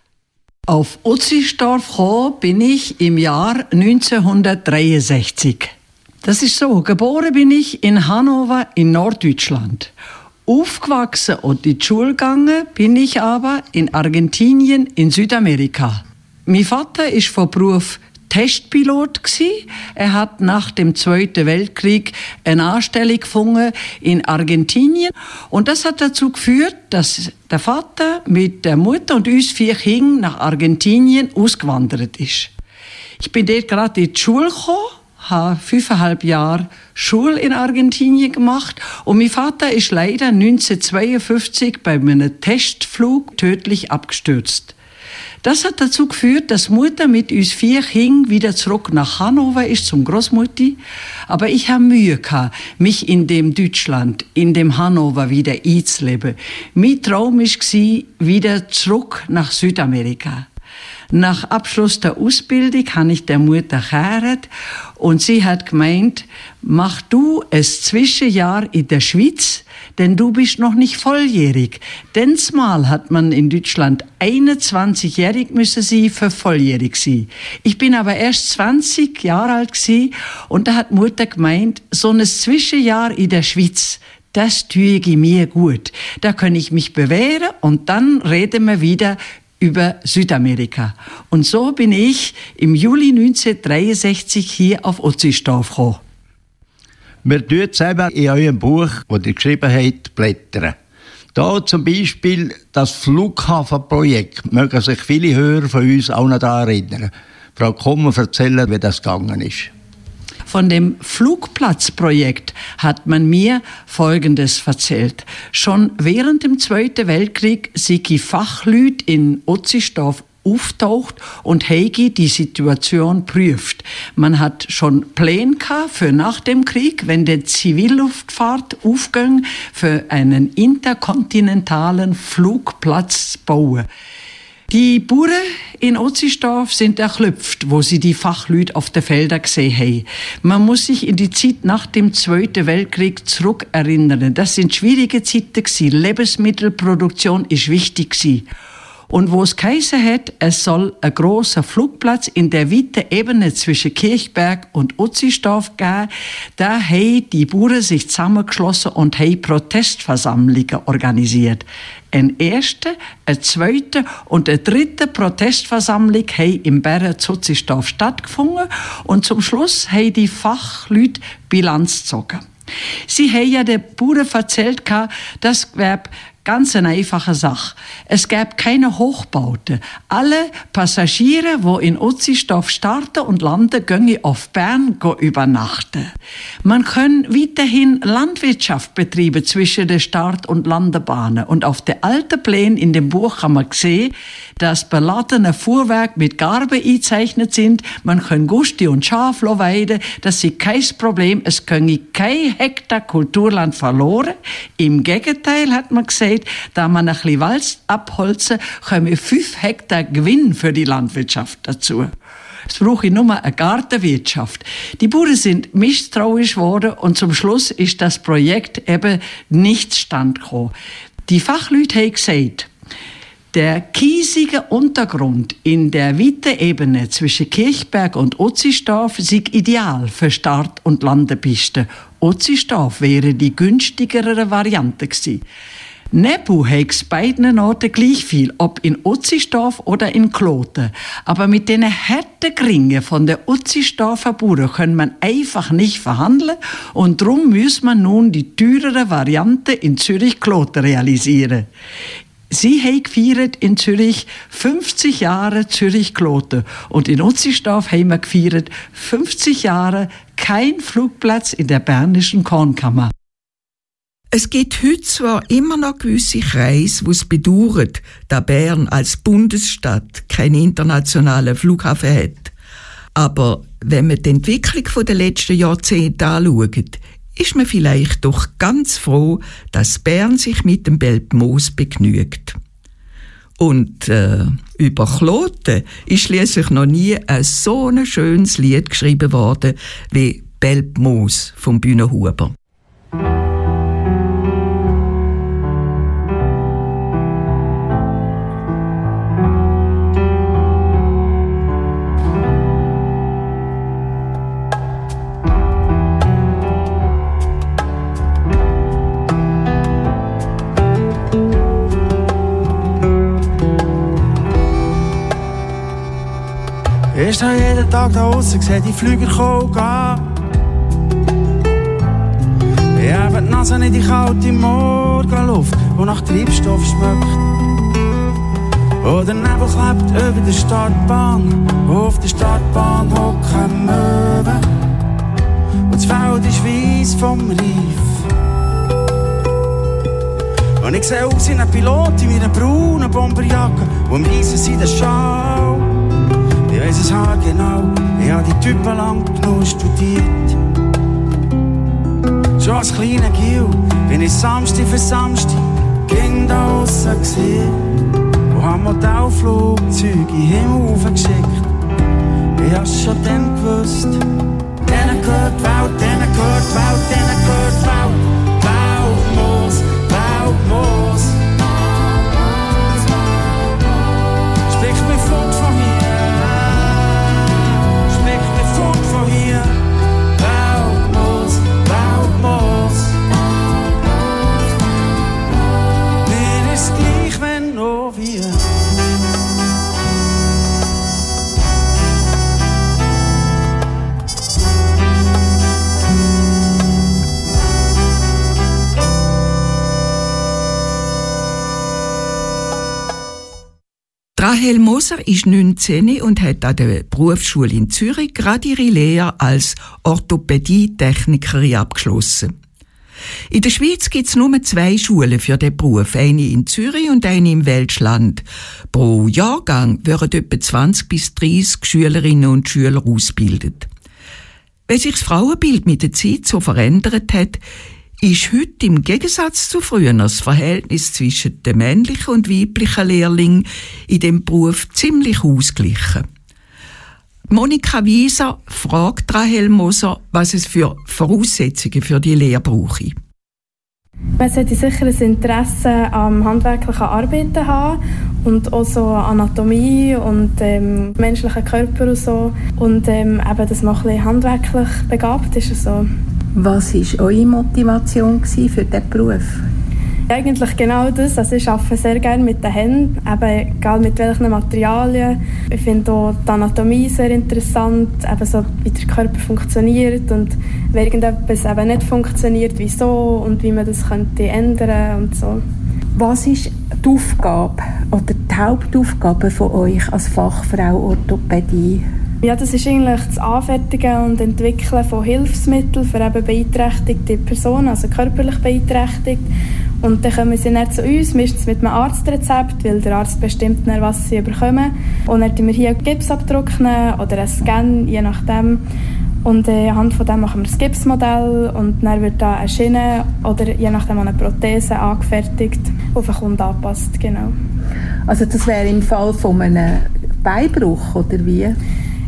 Auf Utzenstorf gekommen bin ich im Jahr neunzehnhundertdreiundsechzig. Das ist so, geboren bin ich in Hannover in Norddeutschland. Aufgewachsen und in die Schule gegangen bin ich aber in Argentinien in Südamerika. Mein Vater ist von Beruf Testpilot gsi. Er hat nach dem Zweiten Weltkrieg eine Anstellung gefunden in Argentinien und das hat dazu geführt, dass der Vater mit der Mutter und uns vier Kindern nach Argentinien ausgewandert ist. Ich bin dort gerade in die Schule gekommen, habe fünfeinhalb Jahre Schule in Argentinien gemacht und mein Vater ist leider neunzehnhundertzweiundfünfzig bei einem Testflug tödlich abgestürzt. Das hat dazu geführt, dass Mutter mit uns vier Kindern wieder zurück nach Hannover ist zum Großmutti. Aber ich habe Mühe gehabt, mich in dem Deutschland, in dem Hannover wieder einzuleben. Mein Traum war, wieder zurück nach Südamerika. Nach Abschluss der Ausbildung habe ich der Mutter geheiratet und sie hat gemeint, mach du ein Zwischenjahr in der Schweiz, denn du bist noch nicht volljährig. Denzmal hat man in Deutschland einundzwanzigjährig müssen sie für volljährig sein. Ich bin aber erst zwanzig Jahre alt gsi und da hat Mutter gemeint, so ein Zwischenjahr in der Schweiz, das tue ich mir gut. Da kann ich mich bewähren und dann reden wir wieder über Südamerika. Und so bin ich im Juli neunzehnhundertdreiundsechzig hier auf Utzenstorf gekommen. Wir tun zusammen in eurem Buch, das ihr geschrieben habt, blättern. Da zum Beispiel das Flughafenprojekt, mögen sich viele Hörer von uns auch noch daran erinnern. Frau Kummer, erzählen, wie das gegangen ist. Von dem Flugplatzprojekt hat man mir Folgendes erzählt. Schon während dem Zweiten Weltkrieg sind die Fachleute in Utzenstorf auftaucht und Heigi die Situation prüft. Man hat schon Pläne gehabt für nach dem Krieg, wenn die Zivilluftfahrt aufging, für einen interkontinentalen Flugplatz zu bauen. Die Bauern in Utzenstorf sind erklüpft, wo sie die Fachleute auf den Feldern gesehen haben. Man muss sich in die Zeit nach dem Zweiten Weltkrieg zurückerinnern. Das sind schwierige Zeiten gewesen. Lebensmittelproduktion ist wichtig gewesen. Und wo es geheißen hat, es soll ein grosser Flugplatz in der weiten Ebene zwischen Kirchberg und Utzenstorf geben, da haben die Bauern sich zusammengeschlossen und haben Protestversammlungen organisiert. Eine erste, eine zweite und eine dritte Protestversammlung haben im Bären zu Utzenstorf stattgefunden und zum Schluss haben die Fachleute Bilanz gezogen. Sie haben ja den Bauern erzählt, das wäre ganz eine einfache Sache. Es gäbe keine Hochbauten. Alle Passagiere, die in Utzenstorf starten und landen, gehen auf Bern übernachten. Man kann weiterhin Landwirtschaft betreiben zwischen den Start- und Landebahnen. Und auf den alten Plänen in dem Buch kann man sehen, dass beladene Fuhrwerke mit Garbe eingezeichnet sind. Man kann Gusti und Schaf weiden. Das ist kein Problem. Es können kein Hektar Kulturland verloren. Im Gegenteil hat man gesagt, da man ein bisschen Wald abholzen, kommen fünf Hektar Gewinn für die Landwirtschaft dazu. Es brauche nur eine Gartenwirtschaft. Die Bauern sind misstrauisch geworden und zum Schluss ist das Projekt eben nicht stand gekommen. Die Fachleute haben gesagt, der kiesige Untergrund in der Weitenebene zwischen Kirchberg und Utzistorf sei ideal für Start- und Landepisten. Utzistorf wäre die günstigere Variante gewesen. Nebu hat es beiden Orten gleich viel, ob in Utzistorf oder in Kloten. Aber mit den harten Gringen von der Utzistorfer Bauern kann man einfach nicht verhandeln und darum muss man nun die teurere Variante in Zürich-Kloten realisieren. Sie haben gefeiert in Zürich fünfzig Jahre Zürich-Kloten und in Utzistorf haben wir gefeiert fünfzig Jahre kein Flugplatz in der bernischen Kornkammer. Es gibt heute zwar immer noch gewisse Kreise, die es bedauern, dass Bern als Bundesstadt keinen internationalen Flughafen hat. Aber wenn man die Entwicklung der letzten Jahrzehnte anschaut, ist man vielleicht doch ganz froh, dass Bern sich mit dem Belpmoos begnügt. Und äh, über Kloten ist schliesslich noch nie ein so ein schönes Lied geschrieben worden wie Belpmoos vom Bühnenhuber. Ich habe jeden Tag da draussen gesehen, die Flüger kommen und gehen. Ich habe die Nase in die kalte Morgenluft, die nach Treibstoff schmeckt. Und der Nebel klebt über der Startbahn, auf der Startbahn hocken Möwen. Und das Feld ist weiss vom Reif. Und ich sehe aus wie ein Pilot in meiner braunen Bomberjacke und am weissen Seidenschal. Ich weiss es haargenau, ich hab die Typen lang genug studiert. Schon als kleiner Gil bin ich Samstag für Samstag ging da draussen gesehen und hab Modellflugzeuge in den Himmel hochgeschickt. Ich hab's schon dann gewusst. Denen gehört die Welt, denen gehört die Welt, denen gehört die Welt. Weltmoos, Weltmoos. Sprich mir fort von hier. Von hier, Weltmoos, Weltmoos. Mir ist gleich, wenn nur wir. Rahel Moser ist neunzehn und hat an der Berufsschule in Zürich gerade ihre Lehre als Orthopädie-Technikerin abgeschlossen. In der Schweiz gibt es nur zwei Schulen für diesen Beruf, eine in Zürich und eine im Welschland. Pro Jahrgang werden etwa zwanzig bis dreißig Schülerinnen und Schüler ausgebildet. Wenn sich das Frauenbild mit der Zeit so verändert hat, ist heute im Gegensatz zu früher das Verhältnis zwischen den männlichen und weiblichen Lehrlingen in dem Beruf ziemlich ausgeglichen. Monika Wieser fragt Rahel Moser, was es für Voraussetzungen für die Lehre brauche. Man sollte sicher ein Interesse am handwerklichen Arbeiten haben und auch so Anatomie und ähm, menschlichen Körper und so. Und ähm, eben, dass man ein bisschen handwerklich begabt ist. So. Was war eure Motivation für diesen Beruf? Eigentlich genau das. Also ich arbeite sehr gerne mit den Händen, eben, egal mit welchen Materialien. Ich finde auch die Anatomie sehr interessant, eben so, wie der Körper funktioniert und wenn irgendetwas eben nicht funktioniert, wieso und wie man das könnte ändern und so. Was ist die Aufgabe oder die Hauptaufgabe von euch als Fachfrau Orthopädie? Ja, das ist eigentlich das Anfertigen und Entwickeln von Hilfsmitteln für eben beeinträchtigte Personen, also körperlich beeinträchtigt. Und dann kommen sie dann zu uns, meistens mit einem Arztrezept, weil der Arzt bestimmt dann, was sie bekommen. Und dann tun wir hier einen Gips abdrucken oder einen Scan, je nachdem. Und äh, anhand von dem machen wir das Gipsmodell und dann wird da eine Schiene oder je nachdem eine Prothese angefertigt, auf den Kunden angepasst, genau. Also das wäre im Fall von einem Beinbruch, oder wie?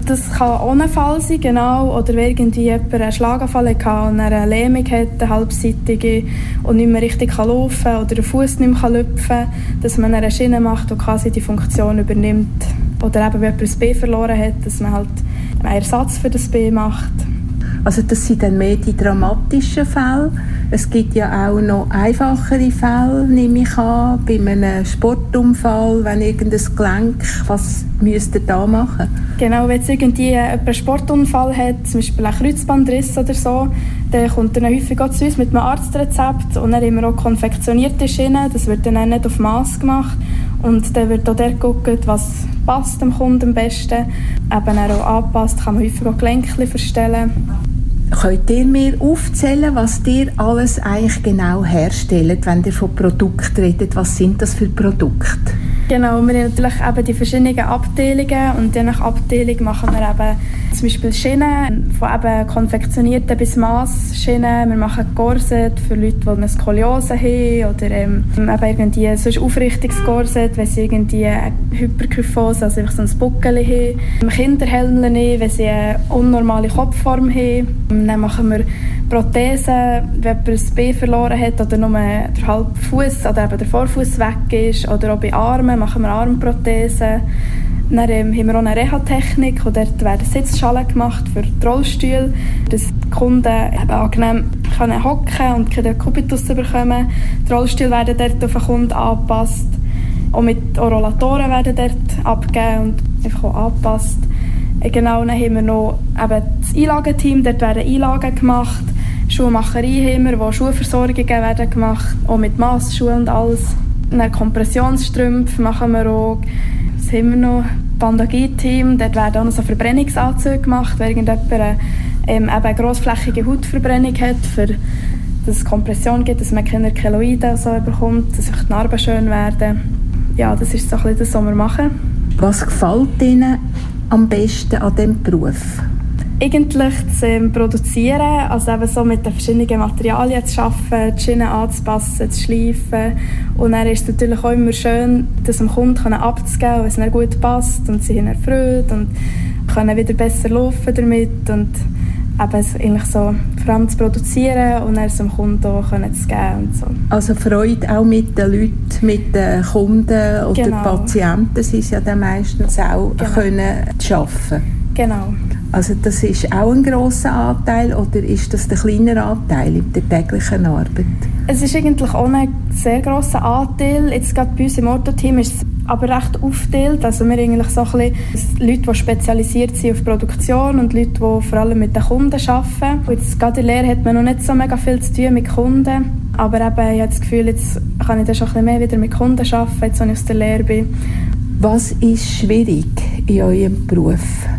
Das kann ohne Fall sein, genau. Oder wenn irgendwie jemand einen Schlaganfall hatte und eine Lähmung hat, eine halbseitige, und nicht mehr richtig laufen kann oder den Fuß nicht mehr lüpfen kann, dass man eine Schiene macht, die quasi die Funktion übernimmt. Oder eben, wenn jemand das Bein verloren hat, dass man halt einen Ersatz für das Bein macht. Also das sind dann mehr die dramatischen Fälle. Es gibt ja auch noch einfachere Fälle, nehme ich an, bei einem Sportunfall, wenn irgendein Gelenk, was müsst ihr da machen? Genau, wenn jetzt irgendwie jemand einen Sportunfall hat, zum Beispiel einen Kreuzbandriss oder so, dann kommt er dann häufig auch zu uns mit einem Arztrezept und dann haben wir auch konfektionierte Schienen, das wird dann auch nicht auf Maß gemacht und dann wird auch dort geguckt, was passt dem Kunden am besten. Eben auch angepasst, kann man häufig auch Gelenke verstellen. Könnt ihr mir aufzählen, was ihr alles eigentlich genau herstellt, wenn ihr von Produkten redet? Was sind das für Produkte? Genau, wir haben natürlich eben die verschiedenen Abteilungen und je nach Abteilung machen wir eben zum Beispiel Schienen, von eben konfektionierten bis Massschienen. Wir machen Korsett für Leute, die eine Skoliose haben oder ähm, eben irgendwie so ein Aufrichtungskorsett, wenn sie irgendwie eine Hyperkyphose, also einfach so ein Buckel haben. Kinderhelme, wenn sie eine unnormale Kopfform haben. Dann machen wir Prothesen, wenn jemand ein Bein verloren hat oder nur der halbe Fuß oder eben der Vorfuß weg ist. Oder auch bei Armen machen wir Armprothesen. Dann ähm, haben wir auch eine Reha-Technik und dort werden Sitzschalen gemacht für die Rollstühle, dass die Kunden eben angenehm können hocken und keinen Kubitus bekommen. Die Rollstühle werden dort auf den Kunden angepasst. Auch mit auch Rollatoren werden dort abgegeben und einfach auch angepasst. Genau, dann haben wir noch eben das Einlagenteam, dort werden Einlagen gemacht. Schuhmacherei haben wir, wo Schuhversorgungen werden gemacht, auch mit Massschuhen und alles. Dann Kompressionsstrümpfe machen wir auch. Was haben wir noch? Bandagie-Team, dort werden auch noch so Verbrennungsanzüge gemacht, wenn irgendjemand eine, ähm, eben eine grossflächige Hautverbrennung hat, für, dass es Kompression gibt, dass man keine Keloide so bekommt, dass die Narben schön werden. Ja, das ist so ein bisschen das, was wir machen. Was gefällt Ihnen am besten an diesem Beruf? Eigentlich das ähm, Produzieren, also eben so mit den verschiedenen Materialien zu arbeiten, die Schienen anzupassen, zu schleifen. Und dann ist es natürlich auch immer schön, das dem Kunden abzugeben, wenn es ihnen gut passt und sie haben Freude und können wieder besser laufen damit. Und eben eigentlich so, vor allem zu produzieren und dann es dem Kunden auch zu geben. Und so. Also Freude auch mit den Leuten, mit den Kunden oder genau. Patienten, sie ist ja dann meistens auch genau. können zu arbeiten. Genau. Also das ist auch ein grosser Anteil oder ist das der kleinere Anteil in der täglichen Arbeit? Es ist eigentlich auch ein sehr grosser Anteil. Jetzt gerade bei uns im Ortho-Team ist es aber recht aufgeteilt. Also wir eigentlich so ein bisschen Leute, die spezialisiert sind auf Produktion und Leute, die vor allem mit den Kunden arbeiten. Und jetzt gerade in der Lehre hat man noch nicht so mega viel zu tun mit Kunden. Aber eben, ich habe das Gefühl, jetzt kann ich dann schon ein bisschen mehr wieder mit Kunden arbeiten, jetzt, wenn ich aus der Lehre bin. Was ist schwierig in eurem Beruf?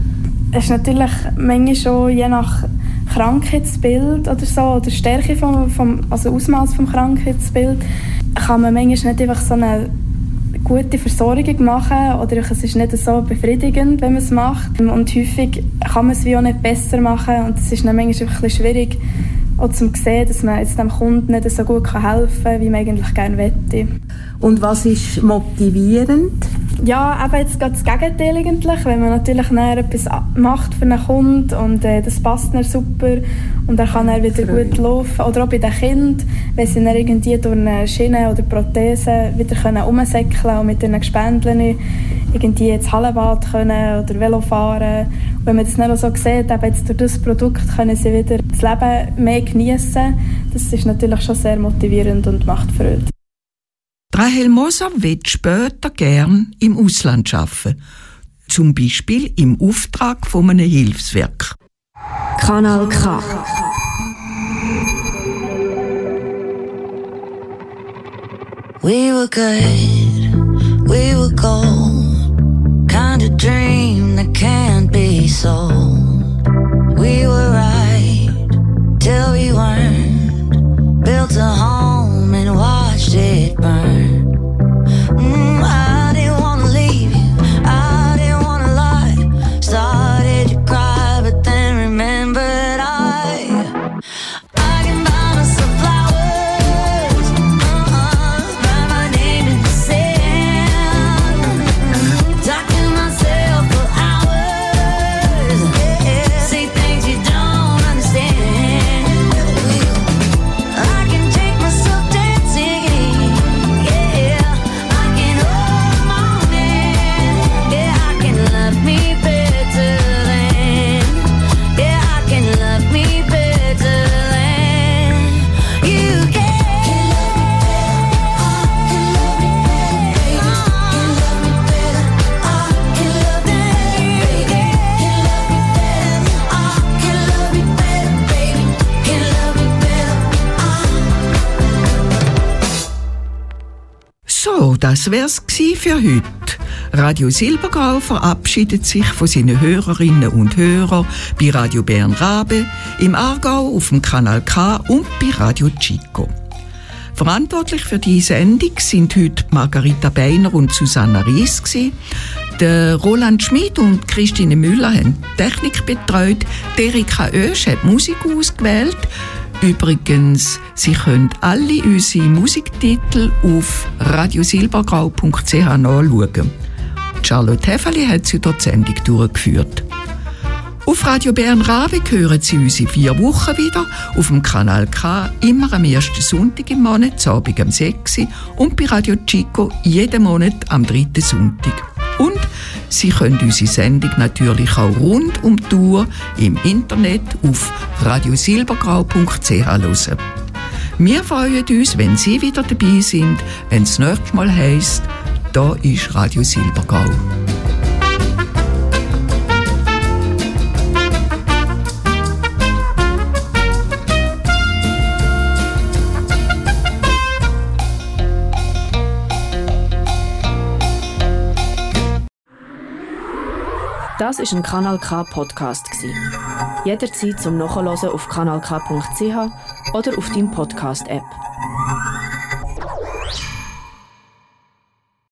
Es ist natürlich manchmal schon je nach Krankheitsbild oder so, oder Stärke vom, vom also Ausmaß vom Krankheitsbild, kann man manchmal nicht einfach so eine gute Versorgung machen oder es ist nicht so befriedigend, wenn man es macht. Und häufig kann man es wie auch nicht besser machen und es ist dann manchmal ein bisschen schwierig, auch zu sehen, dass man jetzt dem Kunden nicht so gut helfen kann, wie man eigentlich gerne möchte. Und was ist motivierend? Ja, eben jetzt gerade das Gegenteil eigentlich, wenn man natürlich näher etwas macht für einen Kunden und äh, das passt dann super und dann kann er wieder gut laufen. Oder auch bei den Kindern, wenn sie dann irgendwie durch eine Schiene oder Prothese wieder können umsäckeln und mit ihren Gespändeln irgendwie ins Hallenbad können oder Velo fahren. Und wenn man das nicht so sieht, eben jetzt durch das Produkt können sie wieder das Leben mehr genießen. Das ist natürlich schon sehr motivierend und macht Freude. Rahel Moser will später gern im Ausland arbeiten. Zum Beispiel im Auftrag von einem Hilfswerk. Kanal K. We were good, we were gold. Kind of dream that can't be sold. We were right till we weren't. Built a home and watched it burn. Mm, I didn't wanna leave you, I didn't wanna lie. Started to cry, but then remembered I I can buy myself flowers, uh-uh, write my name in the sand, talk to myself for hours. Das wär's gsi für heute. Radio Silbergrau verabschiedet sich von seinen Hörerinnen und Hörern bei Radio Bern Rabe, im Aargau auf dem Kanal K und bei Radio Chico. Verantwortlich für die Sendung sind heute Margarita Beiner und Susanna Ries gsi. Der Roland Schmid und Christine Müller haben die Technik betreut. Erika Oesch hat Musik ausgewählt. Übrigens, Sie können alle unsere Musiktitel auf radiosilbergrau punkt c h nachschauen. Charlotte Heffeli hat sie durch die Sendung durchgeführt. Auf Radio Bern Rabe hören Sie uns in vier Wochen wieder, auf dem Kanal K, immer am ersten Sonntag im Monat, zu Abend am sechs Uhr und bei Radio Chico jeden Monat am dritten Sonntag. Und Sie können unsere Sendung natürlich auch rund um die Uhr im Internet auf radiosilbergrau punkt c h hören. Wir freuen uns, wenn Sie wieder dabei sind, wenn es das nächste Mal heisst, da ist Radio Silbergrau. Das war ein Kanal K Podcast. Jederzeit zum Nachhören auf kanal k punkt c h oder auf deinem Podcast-App.